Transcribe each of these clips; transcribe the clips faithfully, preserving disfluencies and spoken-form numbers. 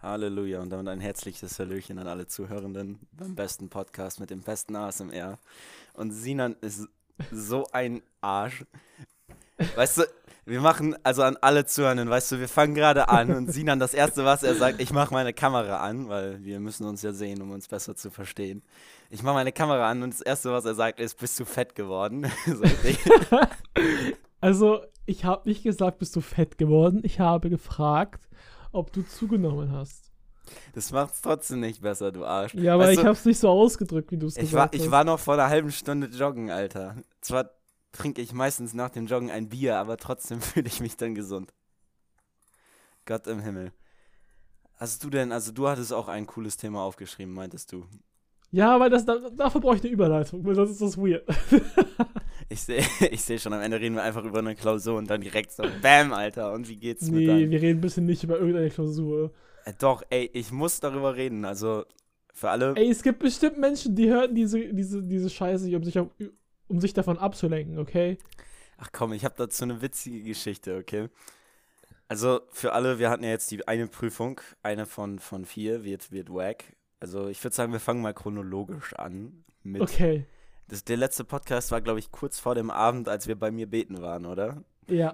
Halleluja und damit ein herzliches Hallöchen an alle Zuhörenden beim besten Podcast mit dem besten A S M R. Und Sinan ist so ein Arsch. Weißt du, wir machen, also an alle Zuhörenden, weißt du, wir fangen gerade an und Sinan, das Erste, was er sagt, ich mache meine Kamera an, weil wir müssen uns ja sehen, um uns besser zu verstehen. Ich mache meine Kamera an und das Erste, was er sagt, ist, bist du fett geworden? So richtig. Also, ich habe nicht gesagt, bist du fett geworden. Ich habe gefragt, ob du zugenommen hast. Das macht's trotzdem nicht besser, du Arsch. Ja, aber Weißt ich du, hab's nicht so ausgedrückt, wie du es ich gesagt war, hast. ich war noch vor einer halben Stunde joggen, Alter. Zwar trinke ich meistens nach dem Joggen ein Bier, aber trotzdem fühle ich mich dann gesund. Gott im Himmel. Hast du denn, also du hattest auch ein cooles Thema aufgeschrieben, meintest du? Ja, aber das, da, dafür brauche ich eine Überleitung, weil sonst ist das weird. Ich sehe ich seh schon, am Ende reden wir einfach über eine Klausur und dann direkt so, bam, Alter, und wie geht's mit Nee, deinem? wir reden ein bisschen nicht über irgendeine Klausur. Äh, doch, ey, ich muss darüber reden, also für alle. Ey, es gibt bestimmt Menschen, die hören diese, diese, diese Scheiße nicht, um sich, auf, um sich davon abzulenken, okay? Ach komm, ich habe dazu eine witzige Geschichte, okay? Also für alle, wir hatten ja jetzt die eine Prüfung, eine von, von vier, wird, wird wack. Also ich würde sagen, wir fangen mal chronologisch an mit. Okay, Das, der letzte Podcast war, glaube ich, kurz vor dem Abend, als wir bei mir beten waren, oder? ja.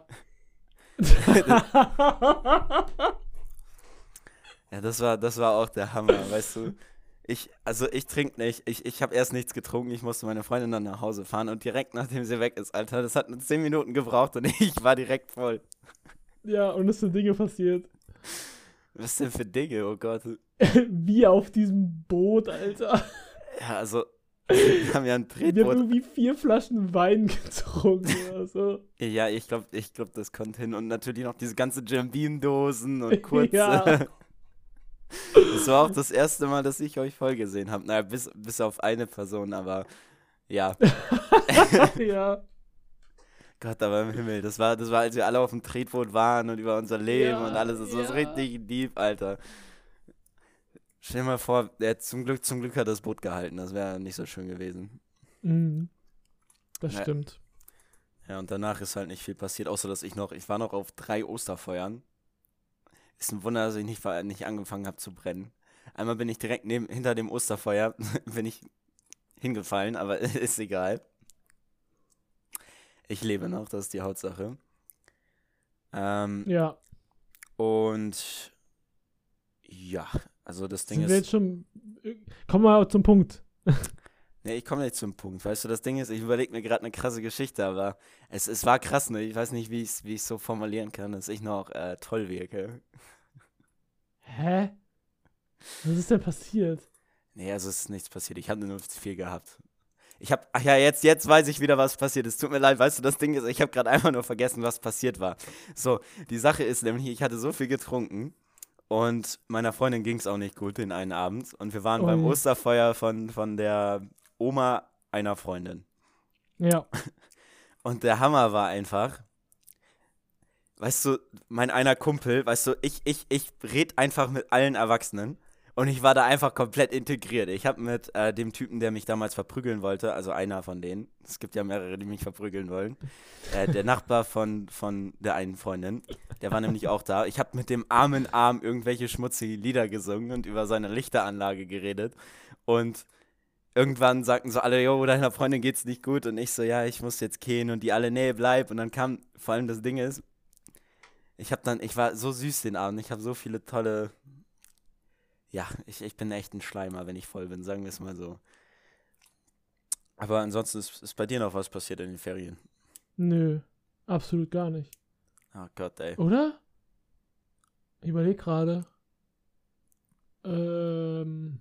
Ja, das war, das war auch der Hammer, weißt du. Ich, also ich trinke nicht, ich, ich habe erst nichts getrunken, ich musste meine Freundin dann nach Hause fahren und direkt nachdem sie weg ist, Alter, das hat nur zehn Minuten gebraucht und ich war direkt voll. Ja, und es sind Dinge passiert. Was denn für Dinge, oh Gott. Wie auf diesem Boot, Alter. Ja, also, wir haben ja ein Wir haben Tretboot. irgendwie vier Flaschen Wein getrunken oder so. Ja, ich glaube, ich glaub, das kommt hin. Und natürlich noch diese ganze Jim Beam-Dosen und kurz. Ja. Das war auch das erste Mal, dass ich euch voll gesehen habe. Naja, bis, bis auf eine Person, aber ja. Ja. Gott, aber im Himmel. Das war, das war, als wir alle auf dem Tretboot waren und über unser Leben Ja, und alles. Das war so ja. richtig deep, Alter. Stell dir mal vor, der, zum Glück, zum Glück hat das Boot gehalten. Das wäre nicht so schön gewesen. Mhm. Das Ja. stimmt. Ja, und danach ist halt nicht viel passiert, außer dass ich noch, ich war noch auf drei Osterfeuern. Ist ein Wunder, dass ich nicht, ver- nicht angefangen habe zu brennen. Einmal bin ich direkt neben, hinter dem Osterfeuer, bin ich hingefallen, aber ist egal. Ich lebe noch, das ist die Hauptsache. Ähm, Ja. und ja, also das Ding Sind wir ist, jetzt schon. Kommen wir mal zum Punkt. ne, ich komme nicht zum Punkt, weißt du, das Ding ist, ich überlege mir gerade eine krasse Geschichte, aber es, es war krass, ne, ich weiß nicht, wie ich es wie ich's so formulieren kann, dass ich noch äh, toll wirke. Hä? Was ist denn passiert? Nee, also es ist nichts passiert. Ich habe nur viel gehabt. Ich habe, ach ja, jetzt, jetzt weiß ich wieder, was passiert ist. Tut mir leid, weißt du, das Ding ist, ich habe gerade einfach nur vergessen, was passiert war. So, die Sache ist nämlich, ich hatte so viel getrunken und meiner Freundin ging es auch nicht gut den einen Abend. Und wir waren beim Ui. Osterfeuer von, von der Oma einer Freundin. Ja. Und der Hammer war einfach, weißt du, mein einer Kumpel, weißt du, ich, ich, ich red einfach mit allen Erwachsenen und ich war da einfach komplett integriert. Ich habe mit äh, dem Typen, der mich damals verprügeln wollte, also einer von denen, es gibt ja mehrere, die mich verprügeln wollen, äh, der Nachbar von, von der einen Freundin, der war nämlich auch da. Ich habe mit dem armen Arm irgendwelche schmutzige Lieder gesungen und über seine Lichteranlage geredet und irgendwann sagten so alle, jo, deiner Freundin geht's nicht gut und ich so, ja, ich muss jetzt gehen und die alle, nee, bleib und dann kam, vor allem das Ding ist, ich hab dann, ich war so süß den Abend, ich habe so viele tolle, ja, ich, ich bin echt ein Schleimer, wenn ich voll bin, sagen wir es mal so. Aber ansonsten ist, ist bei dir noch was passiert in den Ferien. Nö. Absolut gar nicht. Oh Gott, ey. Oder? Ich überleg gerade. Ähm.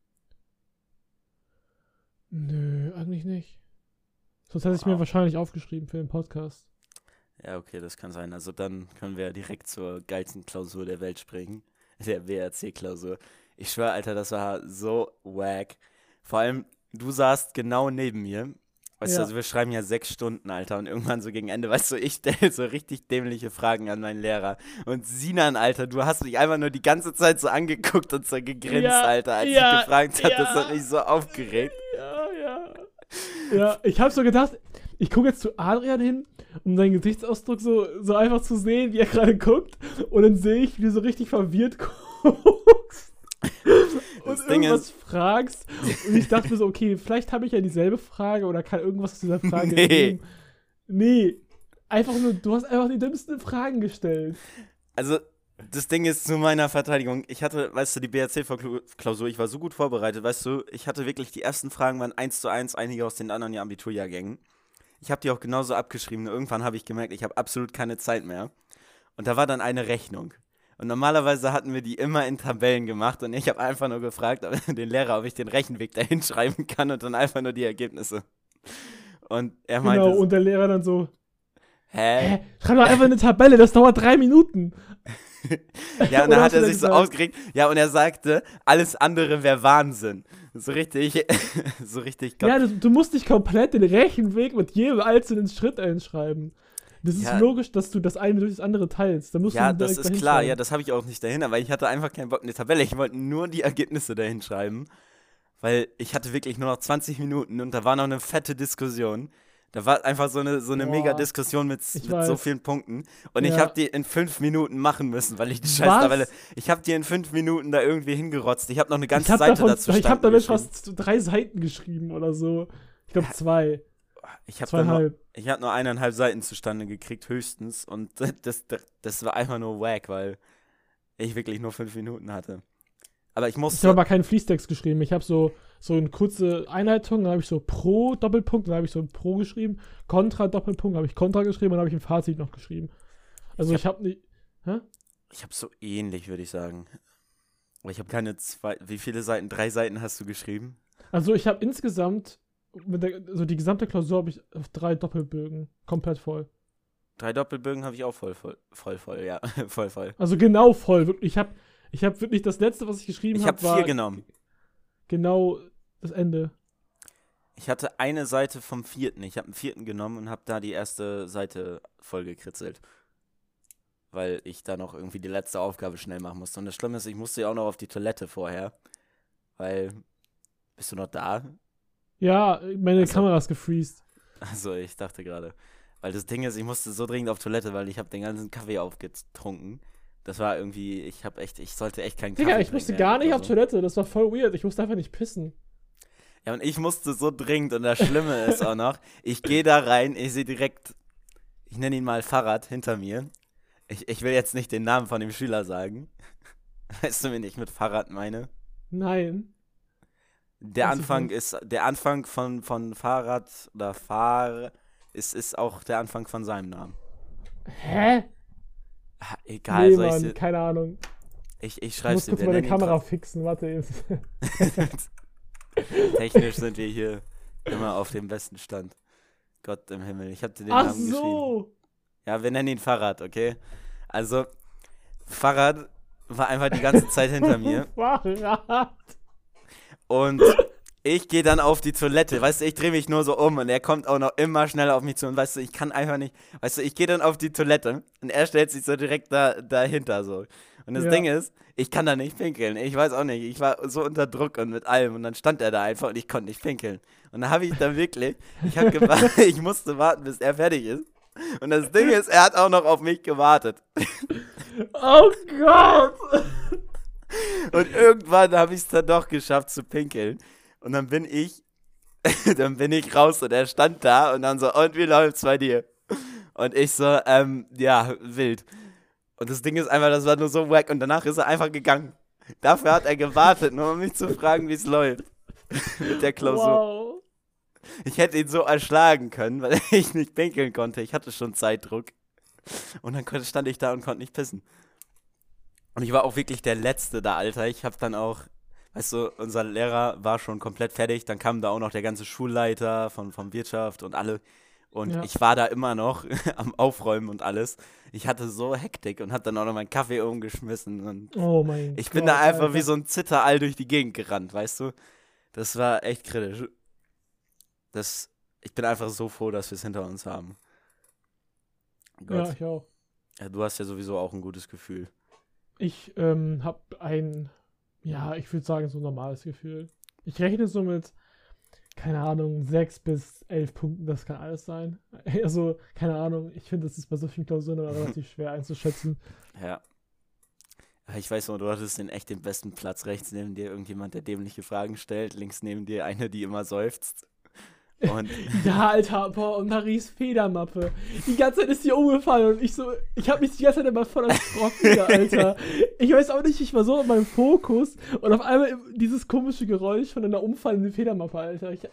Nö, eigentlich nicht. Sonst hätte ich mir Wow. wahrscheinlich aufgeschrieben für den Podcast. Ja, okay, das kann sein. Also dann können wir direkt zur geilsten Klausur der Welt springen. Der W R C-Klausur. Ich schwöre, Alter, das war so wack. Vor allem, du saßt genau neben mir. Weißt du, Ja. also wir schreiben ja sechs Stunden, Alter, und irgendwann so gegen Ende, weißt du, ich stelle so richtig dämliche Fragen an meinen Lehrer. Und Sinan, Alter, du hast mich einfach nur die ganze Zeit so angeguckt und so gegrinst, Ja, Alter, als ja, ich gefragt habe. Das ja. hat mich so aufgeregt. Ja, ja. Ja, ich habe so gedacht, ich gucke jetzt zu Adrian hin, um seinen Gesichtsausdruck so, so einfach zu sehen, wie er gerade guckt. Und dann sehe ich, wie du so richtig verwirrt guckst und Das Ding irgendwas ist, fragst. Und ich dachte mir so, okay, vielleicht habe ich ja dieselbe Frage oder kann irgendwas aus dieser Frage Nee. nehmen. Nee, einfach nur, du hast einfach die dümmsten Fragen gestellt. also, das Ding ist zu meiner Verteidigung, ich hatte, weißt du, die B R C-Klausur, ich war so gut vorbereitet, weißt du, ich hatte wirklich, die ersten Fragen waren eins zu eins, einige aus den anderen Abiturjahrgängen. Ich habe die auch genauso abgeschrieben, nur irgendwann habe ich gemerkt, ich habe absolut keine Zeit mehr. Und da war dann eine Rechnung. Und normalerweise hatten wir die immer in Tabellen gemacht und ich habe einfach nur gefragt, ob, den Lehrer, ob ich den Rechenweg dahin schreiben kann und dann einfach nur die Ergebnisse. Und er meinte, Genau, so, und der Lehrer dann so, hä? hä, schreib doch einfach eine Tabelle, das dauert drei Minuten. Ja, und Oder dann hast hat du er sich so gesagt? ausgeregt, ja, und er sagte, alles andere wäre Wahnsinn. So richtig, so richtig, Gott. Ja, du, du musst nicht komplett den Rechenweg mit jedem einzelnen Schritt einschreiben. Das ist Ja. logisch, dass du das eine durch das andere teilst. Da musst Ja, du das direkt ist dahin klar, schreiben. ja, das habe ich auch nicht dahin, aber ich hatte einfach keinen Bock in die Tabelle. Ich wollte nur die Ergebnisse dahin schreiben, weil ich hatte wirklich nur noch zwanzig Minuten und da war noch eine fette Diskussion. Da war einfach so eine, so eine Boah, mega Diskussion mit, ich mit so weiß. vielen Punkten. Und ich Ja. habe die in fünf Minuten machen müssen, weil ich die scheiß Was? Tabelle. Ich habe die in fünf Minuten da irgendwie hingerotzt. Ich habe noch eine ganze Ich habe Seite davon, dazu ich habe damit geschrieben. fast drei Seiten geschrieben oder so. Ich glaube zwei, Ich habe nur, zweieinhalb. ich hab nur eineinhalb Seiten zustande gekriegt, höchstens. Und das, das, das war einfach nur wack, weil ich wirklich nur fünf Minuten hatte. Aber ich Ich habe musste. aber keinen Fließtext geschrieben. Ich habe so, so eine kurze Einleitung, dann habe ich so Pro Doppelpunkt, dann habe ich so ein Pro geschrieben, Kontra Doppelpunkt, habe ich Kontra geschrieben und dann habe ich ein Fazit noch geschrieben. Also Ich ich habe nicht. Hä? Ich habe so ähnlich, würde ich sagen. Aber ich habe keine zwei. Wie viele Seiten? Drei Seiten hast du geschrieben? Also ich habe insgesamt, mit der, also die gesamte Klausur habe ich auf drei Doppelbögen komplett voll. Drei Doppelbögen habe ich auch voll, voll, voll, voll, ja, voll, voll. Also genau voll, wirklich. Ich habe ich hab wirklich das letzte, was ich geschrieben Ich habe, habe war vier genommen. genau das Ende. Ich hatte eine Seite vom vierten. Ich habe einen vierten genommen und habe da die erste Seite voll gekritzelt. Weil ich da noch irgendwie die letzte Aufgabe schnell machen musste. Und das Schlimme ist, ich musste ja auch noch auf die Toilette vorher. Weil, bist du noch da? Ja, meine Also- Kamera ist gefreezed. Also ich dachte gerade. Weil das Ding ist, ich musste so dringend auf Toilette, weil ich habe den ganzen Kaffee aufgetrunken. Das war irgendwie, ich habe echt, ich sollte echt keinen Kaffee Digga, ich trinken, musste ey, gar nicht oder auf so. Toilette, das war voll weird. Ich musste einfach nicht pissen. Ja, und ich musste so dringend und das Schlimme ist auch noch, ich gehe da rein, ich sehe direkt, ich nenne ihn mal Fahrrad hinter mir. Ich, ich will jetzt nicht den Namen von dem Schüler sagen. Weißt du, wen ich mit Fahrrad meine? Nein. Der Weiß ich Anfang nicht. ist, der Anfang von, von Fahrrad oder Fahr ist, ist auch der Anfang von seinem Namen. Hä? Ah, egal, Nee, soll ich Mann, dir, keine Ahnung. ich, ich Ich schreib's muss dir, kurz wir meine nennen ihn Kamera trotzdem- fixen, warte eben. Technisch sind wir hier immer auf dem besten Stand. Gott im Himmel, ich hab dir den Ach Namen geschrieben. so. Ja, wir nennen ihn Fahrrad, okay? Also, Fahrrad war einfach die ganze Zeit hinter mir. Fahrrad. Und ich gehe dann auf die Toilette, weißt du, ich drehe mich nur so um und er kommt auch noch immer schneller auf mich zu und weißt du, ich kann einfach nicht, weißt du, ich gehe dann auf die Toilette und er stellt sich so direkt da, dahinter so. Und das Ja. Ding ist, ich kann da nicht pinkeln, ich weiß auch nicht, ich war so unter Druck und mit allem und dann stand er da einfach und ich konnte nicht pinkeln. Und dann habe ich da wirklich, ich habe gewartet, ich musste warten, bis er fertig ist. Und das Ding ist, er hat auch noch auf mich gewartet. Oh Gott. Und irgendwann habe ich es dann doch geschafft zu pinkeln. Und dann bin ich, dann bin ich raus und er stand da und dann so, und wie läuft's bei dir? Und ich so, ähm, ja, wild. Und das Ding ist einfach, das war nur so wack und danach ist er einfach gegangen. Dafür hat er gewartet, nur um mich zu fragen, wie es läuft. Mit der Klausur. Wow. Ich hätte ihn so erschlagen können, weil ich nicht pinkeln konnte. Ich hatte schon Zeitdruck. Und dann konnte- stand ich da und konnte nicht pissen. Und ich war auch wirklich der Letzte da, Alter. Ich habe dann auch, weißt du, unser Lehrer war schon komplett fertig. Dann kam da auch noch der ganze Schulleiter von, von Wirtschaft und alle. Und Ja. ich war da immer noch am Aufräumen und alles. Ich hatte so Hektik und hab dann auch noch meinen Kaffee umgeschmissen. Und Oh mein Gott. ich bin da einfach Alter. wie so ein Zitterall durch die Gegend gerannt, weißt du? Das war echt kritisch. Das, ich bin einfach so froh, dass wir es hinter uns haben. Ja, Gott. ich auch. Ja, du hast ja sowieso auch ein gutes Gefühl. Ich ähm, habe ein, ja, ich würde sagen, so ein normales Gefühl. Ich rechne so mit, keine Ahnung, sechs bis elf Punkten, das kann alles sein. Also, keine Ahnung, ich finde, das ist bei solchen Klausuren immer relativ schwer einzuschätzen. Ja. Ich weiß noch, du hattest den echt den besten Platz. Rechts neben dir irgendjemand, der dämliche Fragen stellt. Links neben dir eine, die immer seufzt. Und Ja, Alter, boah, und Maries Federmappe. Die ganze Zeit ist die umgefallen und ich so, ich hab mich die ganze Zeit immer voll erschrocken, wieder, Alter. Ich weiß auch nicht, ich war so in meinem Fokus und auf einmal dieses komische Geräusch von einer umfallenden Federmappe, Alter. Ich,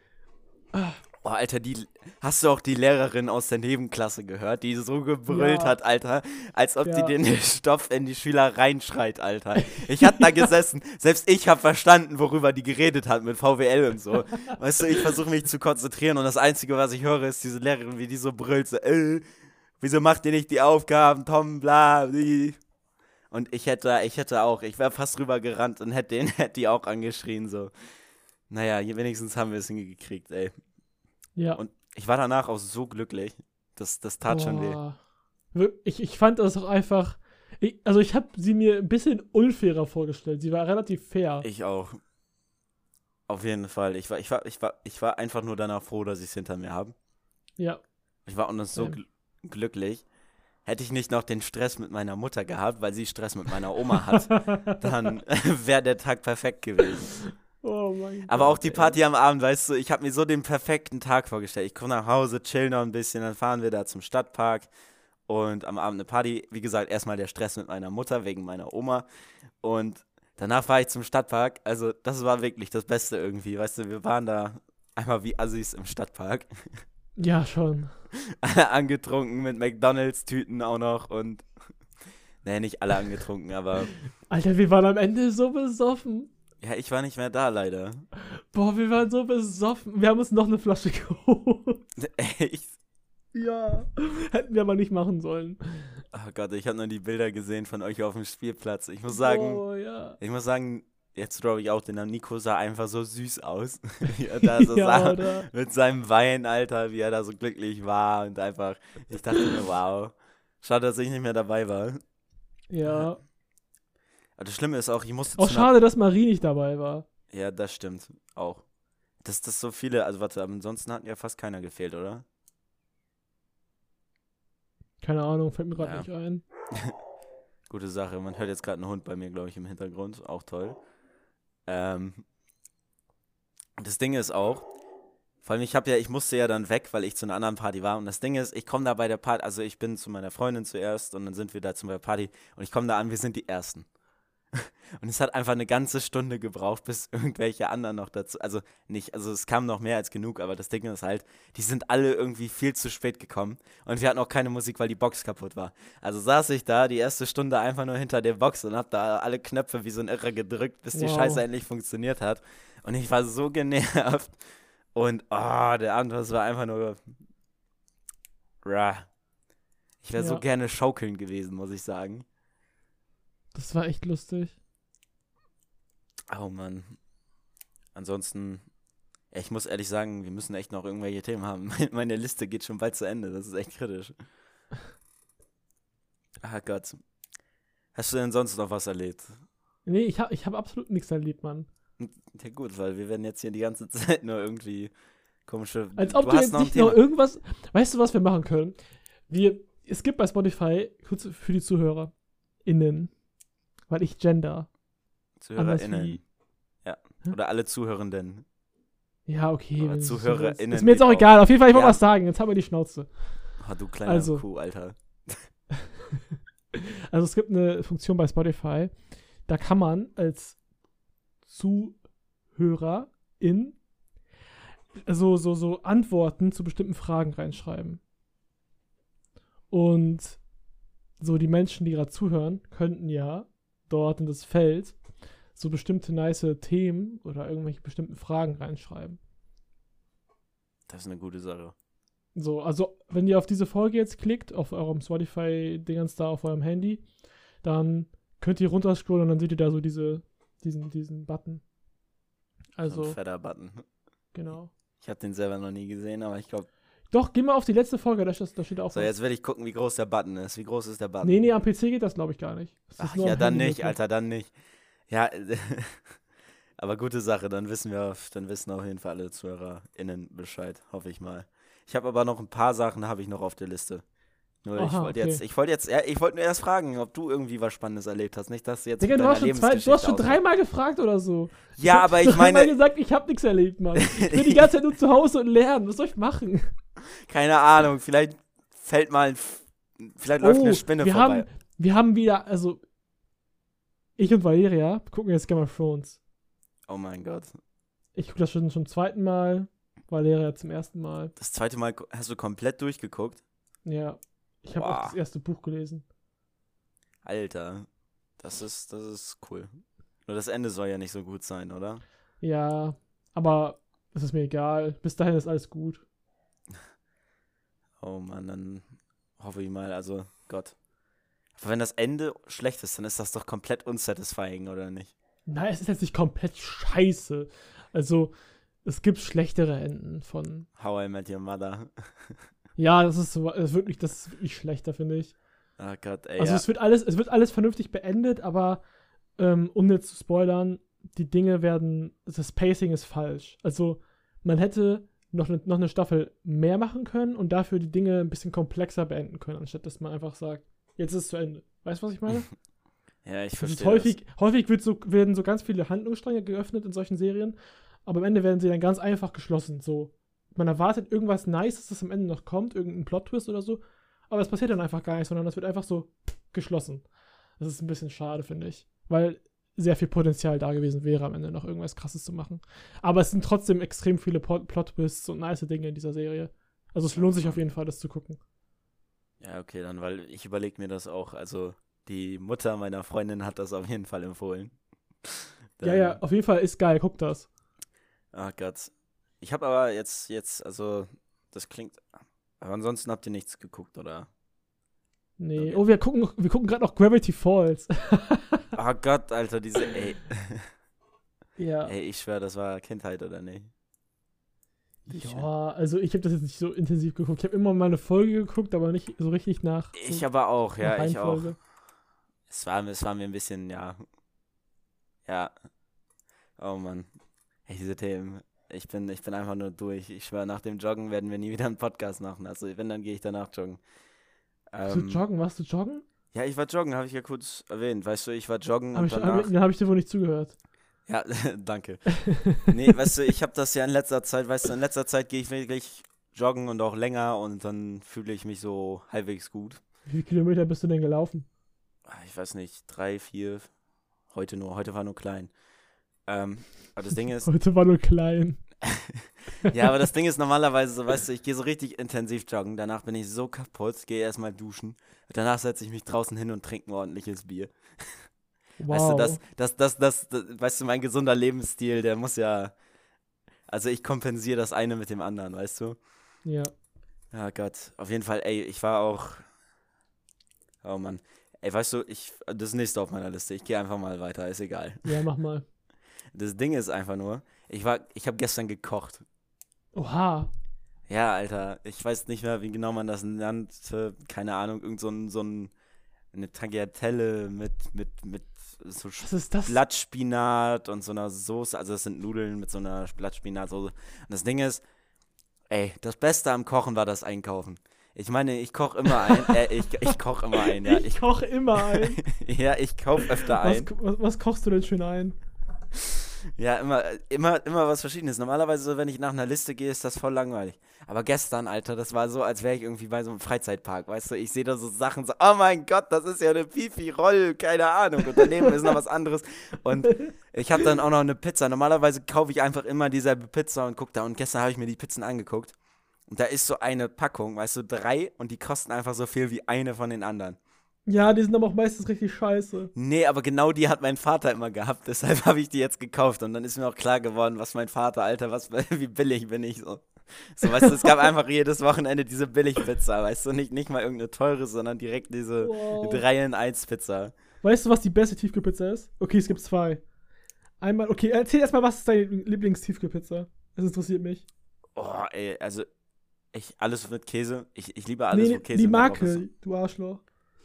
ah, oh, Alter, die, hast du auch die Lehrerin aus der Nebenklasse gehört, die so gebrüllt Ja. hat, Alter, als ob Ja. die den Stoff in die Schüler reinschreit, Alter. Ich hab da gesessen, selbst ich hab verstanden, worüber die geredet hat mit V W L und so. Weißt du, ich versuche mich zu konzentrieren und das Einzige, was ich höre, ist diese Lehrerin, wie die so brüllt, so, äh, wieso macht ihr nicht die Aufgaben, Tom, bla, bli. Und ich hätte, ich hätte auch, ich wäre fast rüber gerannt und hätte den, hätte die auch angeschrien, so. Naja, hier wenigstens haben wir es hingekriegt, ey. ja. Und ich war danach auch so glücklich. Das, das tat schon weh. Boah. Wir- Ich, ich fand das auch einfach. Ich, also, ich habe sie mir ein bisschen unfairer vorgestellt. Sie war relativ fair. Ich auch. Auf jeden Fall. Ich war, ich war, ich war, ich war einfach nur danach froh, dass ich es hinter mir habe. Ja. Ich war auch noch so Same. gl glücklich. Hätte ich nicht noch den Stress mit meiner Mutter gehabt, weil sie Stress mit meiner Oma hat, dann wäre der Tag perfekt gewesen. Oh mein Aber Gott, auch die ey. Party am Abend, weißt du, ich habe mir so den perfekten Tag vorgestellt. Ich komme nach Hause, chill noch ein bisschen, dann fahren wir da zum Stadtpark und am Abend eine Party. Wie gesagt, erstmal der Stress mit meiner Mutter wegen meiner Oma und danach fahre ich zum Stadtpark. Also das war wirklich das Beste irgendwie, weißt du, wir waren da einmal wie Assis im Stadtpark, Ja, schon. alle angetrunken mit McDonalds-Tüten auch noch und, nee, nicht alle angetrunken, aber Alter, wir waren am Ende so besoffen. ja, ich war nicht mehr da leider. Boah, wir waren so besoffen. Wir haben uns noch eine Flasche geholt. Echt? Ja. Hätten wir aber nicht machen sollen. Oh Gott, ich habe nur die Bilder gesehen von euch auf dem Spielplatz. Ich muss sagen, Oh, ja. ich muss sagen, jetzt droppe ich auch den Namen. Nico sah einfach so süß aus. Wie er da so Ja, sah, oder? mit seinem Wein, Alter, wie er da so glücklich war und einfach, ich dachte mir, wow. Schade, dass ich nicht mehr dabei war. Ja. Aber das Schlimme ist auch, ich musste Auch zu einer- schade, dass Marie nicht dabei war. Ja, das stimmt auch. Dass das so viele, also warte, aber ansonsten hatten ja fast keiner gefehlt, oder? Keine Ahnung, fällt mir gerade Ja. nicht ein. Gute Sache. Man hört jetzt gerade einen Hund bei mir, glaube ich, im Hintergrund. Auch toll. Ähm, das Ding ist auch, vor allem ich habe ja, ich musste ja dann weg, weil ich zu einer anderen Party war. Und das Ding ist, ich komme da bei der Party, also ich bin zu meiner Freundin zuerst und dann sind wir da zu meiner Party und ich komme da an, wir sind die Ersten. Und es hat einfach eine ganze Stunde gebraucht, bis irgendwelche anderen noch dazu, also nicht, also es kam noch mehr als genug, aber das Ding ist halt, die sind alle irgendwie viel zu spät gekommen und wir hatten auch keine Musik, weil die Box kaputt war. Also saß ich da die erste Stunde einfach nur hinter der Box und hab da alle Knöpfe wie so ein Irrer gedrückt, bis die Wow. Scheiße endlich funktioniert hat. Und ich war so genervt und oh, der Abend, das war einfach nur rah. Ich wäre so Ja. gerne schaukeln gewesen, muss ich sagen. Das war echt lustig. Oh Mann. Ansonsten, ja, ich muss ehrlich sagen, wir müssen echt noch irgendwelche Themen haben. Meine Liste geht schon bald zu Ende. Das ist echt kritisch. Ah Gott. Hast du denn sonst noch was erlebt? Nee, ich habe ich hab absolut nichts erlebt, Mann. Ja gut, weil wir werden jetzt hier die ganze Zeit nur irgendwie komische... Als ob du, jetzt nicht noch irgendwas. Weißt du, was wir machen können? Wir, es gibt bei Spotify, kurz für die ZuhörerInnen, weil ich gender. anders ZuhörerInnen. wie- Ja. Hä? Oder alle Zuhörenden. Ja, okay. Oder wenn du so ZuhörerInnen willst. Ist mir jetzt auch geht auch. egal. Auf jeden Fall, ich wollte Ja. was sagen. Jetzt haben wir die Schnauze. Oh, du kleiner Also. Kuh, Alter. Also es gibt eine Funktion bei Spotify, da kann man als Zuhörerin so, so, so Antworten zu bestimmten Fragen reinschreiben. Und so die Menschen, die gerade zuhören, könnten ja dort in das Feld so bestimmte nice Themen oder irgendwelche bestimmten Fragen reinschreiben. Das ist eine gute Sache. So, also wenn ihr auf diese Folge jetzt klickt, auf eurem Spotify-Dingens da auf eurem Handy, dann könnt ihr runterscrollen und dann seht ihr da so diese, diesen, diesen Button. So Also, ein fetter Button. genau. Ich habe den selber noch nie gesehen, aber ich glaube... Doch, geh mal auf die letzte Folge, da, steht- da steht auch So, was. jetzt will ich gucken, wie groß der Button ist. Wie groß ist der Button? Nee, nee, am P C geht das, glaube ich, gar nicht. Das ist Ach nur ja, am dann Handy nicht, möglich. Alter, dann nicht. Ja, aber gute Sache, dann wissen wir, dann wissen auf jeden Fall alle ZuhörerInnen Bescheid, hoffe ich mal. Ich habe aber noch ein paar Sachen, habe ich noch auf der Liste. Nur ich Aha, wollte okay. jetzt, ich wollte jetzt, ja, ich wollte nur erst fragen, ob du irgendwie was Spannendes erlebt hast. Nicht, dass du jetzt Digga, mit du deiner hast schon, zwei, du Lebensgeschichte hast schon ausholst. dreimal gefragt oder so. Ja, aber ich dreimal meine, gesagt, ich hab nichts erlebt, Mann. Ich bin die ganze Zeit nur zu Hause und lernen. Was soll ich machen? keine Ahnung, vielleicht fällt mal ein, F- vielleicht läuft eine Spinne wir vorbei. haben, wir haben wieder, also ich und Valeria gucken jetzt Game of Thrones. Oh mein Gott. Ich gucke das schon zum zweiten Mal. Valeria zum ersten Mal. Das zweite Mal ko- hast du komplett durchgeguckt? Ja. Ich habe Boah. auch das erste Buch gelesen. Alter, das ist, das ist cool. Nur das Ende soll ja nicht so gut sein, oder? Ja, aber es ist mir egal. Bis dahin ist alles gut. Oh Mann, dann hoffe ich mal, also Gott. Aber wenn das Ende schlecht ist, dann ist das doch komplett unsatisfying, oder nicht? Nein, es ist jetzt nicht komplett scheiße. Also, es gibt schlechtere Enden von. How I Met Your Mother. Ja, das ist, so, das ist wirklich, das ist wirklich schlechter, finde ich. Oh Gott, ey. Also ja. es wird alles, es wird alles vernünftig beendet, aber ähm, um jetzt zu spoilern, die Dinge werden, das Pacing ist falsch. Also man hätte noch, ne, noch eine Staffel mehr machen können und dafür die Dinge ein bisschen komplexer beenden können, anstatt dass man einfach sagt, jetzt ist es zu Ende. Weißt du, was ich meine? Ja, ich Das ist verstehe häufig, häufig wird so, werden so ganz viele Handlungsstränge geöffnet in solchen Serien, aber am Ende werden sie dann ganz einfach geschlossen. So, man erwartet irgendwas Nices, das am Ende noch kommt, irgendein Plot-Twist oder so, aber es passiert dann einfach gar nicht, sondern das wird einfach so geschlossen. Das ist ein bisschen schade, finde ich, weil sehr viel Potenzial da gewesen wäre, am Ende noch irgendwas Krasses zu machen. Aber es sind trotzdem extrem viele Plot- Plot-Twists und nice Dinge in dieser Serie. Also es lohnt sich auf jeden Fall, das zu gucken. das. Ja, okay, dann, weil ich überlege mir das auch. Also die Mutter meiner Freundin hat das auf jeden Fall empfohlen. Ja, Dann- ja, auf jeden Fall ist geil, guck das. Ach Gott. Ich habe aber jetzt, jetzt, also, das klingt. Aber ansonsten habt ihr nichts geguckt, oder? Nee, Okay. oh, wir gucken, wir gucken gerade noch Gravity Falls. Oh Gott, Alter, diese, ey. Ja. Ey, ich schwör, das war Kindheit, oder nicht? Ich, Ja, also ich habe das jetzt nicht so intensiv geguckt. Ich habe immer mal eine Folge geguckt, aber nicht so richtig nach. ich so aber auch, nach ja, ich auch. Reihenfolge. Es war, es war mir ein bisschen, ja. Ja. Oh Mann. Ey, diese Themen. Ich bin, ich bin einfach nur durch. Ich schwör, nach dem Joggen werden wir nie wieder einen Podcast machen. Also, wenn, dann gehe ich danach joggen. Bist du Ähm, joggen? Warst du joggen? ja, ich war joggen, habe ich ja kurz erwähnt. Weißt du, ich war joggen Hab und ich, danach. hab, dann habe ich dir wohl nicht zugehört. Ja, danke. Nee, weißt du, ich habe das ja in letzter Zeit, weißt du, in letzter Zeit gehe ich wirklich joggen und auch länger und dann fühle ich mich so halbwegs gut. Wie viele Kilometer bist du denn gelaufen? Ah, Ich weiß nicht, drei, vier, heute nur, heute war nur klein. Ähm, aber das Ding ist, Heute war nur klein. ja, aber das Ding ist normalerweise so, weißt du, ich gehe so richtig intensiv joggen, danach bin ich so kaputt, gehe erstmal duschen, danach setze ich mich draußen hin und trinke ein ordentliches Bier. Wow. Weißt du, das, das, das, das, das, weißt du, mein gesunder Lebensstil, der muss ja, also ich kompensiere das eine mit dem anderen, weißt du? Ja. Ja Gott, auf jeden Fall, ey, ich war auch, oh Mann, ey, weißt du, ich, das nächste auf meiner Liste, ich gehe einfach mal weiter, ist egal. Ja, mach mal. Das Ding ist einfach nur, ich war, ich habe gestern gekocht. Oha. Ja, Alter, ich weiß nicht mehr, wie genau man das nannte, keine Ahnung, irgend so ein, so ein, eine Tagliatelle mit, mit, mit so Was ist das? Blattspinat und so einer Soße, also das sind Nudeln mit so einer Blattspinatsoße. Und das Ding ist, ey, das Beste am Kochen war das Einkaufen. Ich meine, ich koche immer ein, äh, ich, ich koche immer ein, ja. ich Ich, koche immer ein. ja, ich kaufe öfter Was, ein. was, was kochst du denn schön ein? Ja, immer, immer, immer was Verschiedenes. Normalerweise, so, wenn ich nach einer Liste gehe, ist das voll langweilig. Aber gestern, Alter, das war so, als wäre ich irgendwie bei so einem Freizeitpark, weißt du? Ich sehe da so Sachen, so, oh mein Gott, das ist ja eine Pipi-Roll, keine Ahnung. Und daneben ist noch was anderes. Und ich habe dann auch noch eine Pizza. Normalerweise kaufe ich einfach immer dieselbe Pizza und gucke da. Und gestern habe ich mir die Pizzen angeguckt. Und da ist so eine Packung, weißt du, drei. Und die kosten einfach so viel wie eine von den anderen. Ja, die sind aber auch meistens richtig scheiße. Nee, aber genau die hat mein Vater immer gehabt, deshalb habe ich die jetzt gekauft und dann ist mir auch klar geworden, was mein Vater, Alter, was, wie billig bin ich so. So, weißt du, es gab einfach jedes Wochenende diese Billigpizza, weißt du, nicht, nicht mal irgendeine teure, sondern direkt diese Wow. drei in eins Pizza. Weißt du, was die beste Tiefkühlpizza ist? Okay, es gibt zwei. Einmal, okay, erzähl erstmal, was ist deine Lieblingstiefkühlpizza? Das interessiert mich. Oh, ey, also, ich, alles mit Käse, ich, ich liebe alles, nee, wo Käse die mit drauf Marke, ist. du Arschloch.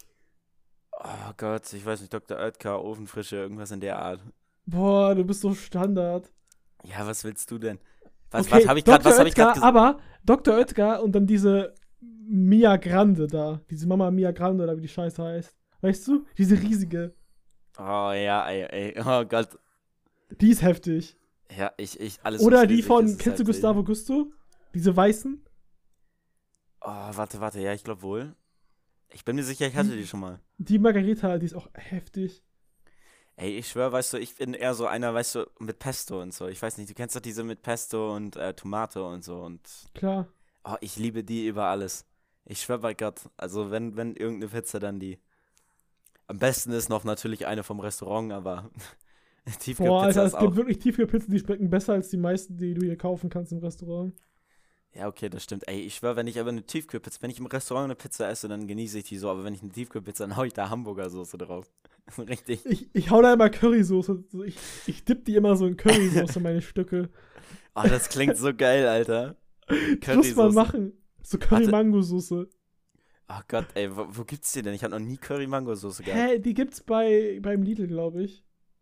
Oh Gott, ich weiß nicht, Doktor Oetker, Ofenfrische, irgendwas in der Art. Boah, du bist so Standard. Ja, was willst du denn? Was, Okay, was habe ich gerade, Doktor was habe ich gerade Oetker, gesagt? aber Doktor Oetker und dann diese Mia Grande da. Diese Mama Mia Grande, oder wie die Scheiße heißt. Weißt du? Diese riesige. Oh ja, ey, ey. Oh Gott. Die ist heftig. Ja, ich, ich, alles Oder was die riesig von, ist, ist kennst du heftig. Gustavo Gusto? Diese weißen? Oh, warte, warte, ja, ich glaube wohl. Ich bin mir sicher, ich hatte die schon mal. Die Margarita, die ist auch heftig. Ey, ich schwör, weißt du, ich bin eher so einer, weißt du, mit Pesto und so. Ich weiß nicht, du kennst doch diese mit Pesto und äh, Tomate und so. Und Klar. oh, ich liebe die über alles. Ich schwör bei Gott, also wenn, wenn irgendeine Pizza, dann die. Am besten ist noch natürlich eine vom Restaurant, aber Boah, Tiefkühlpizza Alter, ist es gibt auch. wirklich Tiefkühlpizzen, die schmecken besser als die meisten, die du hier kaufen kannst im Restaurant. Ja, okay, das stimmt. Ey, ich schwör, wenn ich aber eine Tiefkühlpizza, wenn ich im Restaurant eine Pizza esse, dann genieße ich die so, aber wenn ich eine Tiefkühlpizza, dann hau ich da Hamburgersoße drauf. Richtig. Ich, ich hau da immer Currysoße. so, Ich, ich dipp die immer so in Currysoße, meine Stücke. Oh, das klingt so geil, Alter. Das muss man machen. So Curry-Mango-Soße. Oh Gott, ey, wo, wo gibt's die denn? Ich habe noch nie Curry-Mango-Soße gehabt. Hä, die gibt's bei, beim Lidl, glaube ich.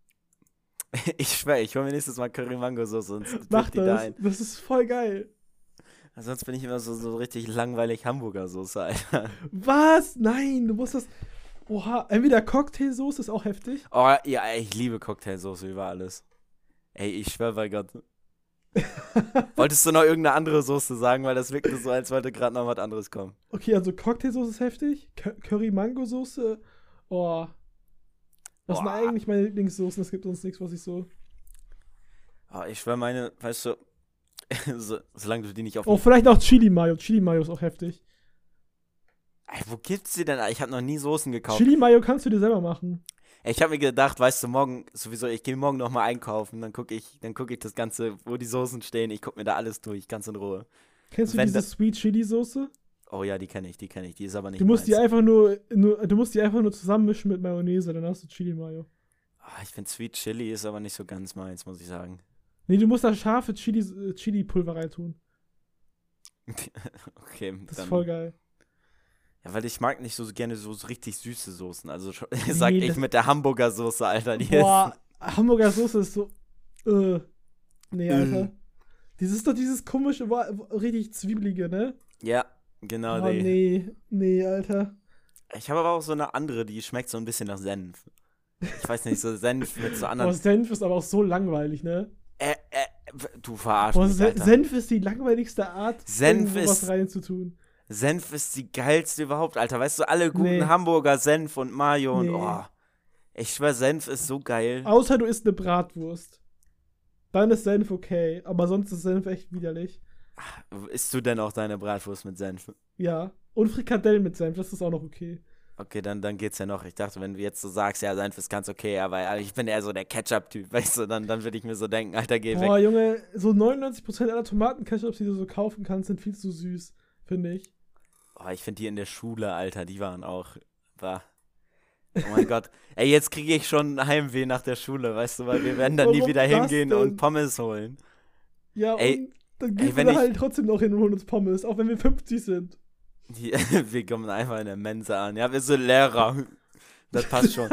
Ich schwör, ich hol mir nächstes Mal Curry-Mango-Soße und Mach drück die da das. ein. Das ist voll geil. Sonst bin ich immer so, so richtig langweilig Hamburger-Soße, Alter. Was? Nein, du musst das. Oha, entweder Cocktailsoße ist auch heftig. Oh, ja, ey, ich liebe Cocktailsoße über alles. Ey, ich schwör bei Gott. Wolltest du noch irgendeine andere Soße sagen, weil das wirkte so, als wollte gerade noch was anderes kommen. Okay, also Cocktailsoße ist heftig. Cu- Curry-Mango-Soße. Oh. Das sind Boah. eigentlich meine Lieblingssoßen. Es gibt sonst nichts, was ich so. Oh, ich schwör meine, weißt du, so, solange du die nicht auf. Oh, vielleicht auch Chili-Mayo. Chili-Mayo ist auch heftig. Ey, wo gibt's die denn? Ich habe noch nie Soßen gekauft. Chili-Mayo kannst du dir selber machen. Ey, ich habe mir gedacht, weißt du, morgen, sowieso, ich gehe morgen nochmal einkaufen, dann gucke ich, dann gucke ich das Ganze, wo die Soßen stehen, ich gucke mir da alles durch, ganz in Ruhe. Kennst du Wenn diese da- Sweet Chili-Soße? Oh ja, die kenne ich, die kenne ich, die ist aber nicht Du musst die meins. einfach nur, nur, du musst die einfach nur zusammenmischen mit Mayonnaise, dann hast du Chili-Mayo. Ah, ich finde Sweet Chili ist aber nicht so ganz meins, muss ich sagen. Nee, du musst da scharfe Chili, äh, Chili-Pulver reintun. Okay, Das dann, ist voll geil. ja, weil ich mag nicht so gerne so, so richtig süße Soßen, also schon, sag Nee, ich das- mit der Hamburger Soße, Alter, die Boah, Hamburger Soße ist so. Äh. Nee, Äh. Alter. Das ist doch dieses komische, wa- richtig zwiebelige, ne? ist, ja, genau Oh, die. nee. Nee, Alter. Ich habe aber auch so eine andere, die schmeckt so ein bisschen nach Senf. Ich weiß nicht, so Senf mit so Boah, anderen, Senf ist aber auch so langweilig, ne? äh, äh, du verarschst Boah, mich, Se Alter. Senf ist die langweiligste Art, Senf irgendwo ist- was reinzutun. Senf ist die geilste überhaupt, Alter. Weißt du, alle guten Nee. Hamburger Senf und Mayo und Nee. oh. Ich schwör, Senf ist so geil. Außer du isst eine Bratwurst. Dann ist Senf okay, aber sonst ist Senf echt widerlich. Isst du denn auch deine Bratwurst mit Senf? Ja. Und Frikadellen mit Senf, das ist auch noch okay. Okay, dann, dann geht's ja noch. Ich dachte, wenn du jetzt so sagst, ja, Senf ist ganz okay, aber, aber ich bin eher so der Ketchup-Typ, weißt du, dann, dann würde ich mir so denken, Alter, geh Boah, weg. Junge, so neunundneunzig Prozent aller Tomatenketchups, die du so kaufen kannst, sind viel zu süß, finde ich. Oh, ich finde die in der Schule, Alter, die waren auch, war. Oh mein Gott. Ey, jetzt kriege ich schon Heimweh nach der Schule, weißt du, weil wir werden dann nie Warum wieder das hingehen denn? und Pommes holen. Ja, Ey, und dann ey, gehen wenn wir ich- halt trotzdem noch hin und holen uns Pommes, auch wenn wir fünfzig sind. Die, wir kommen einfach in der Mensa an. Ja, wir sind Lehrer. Das passt schon.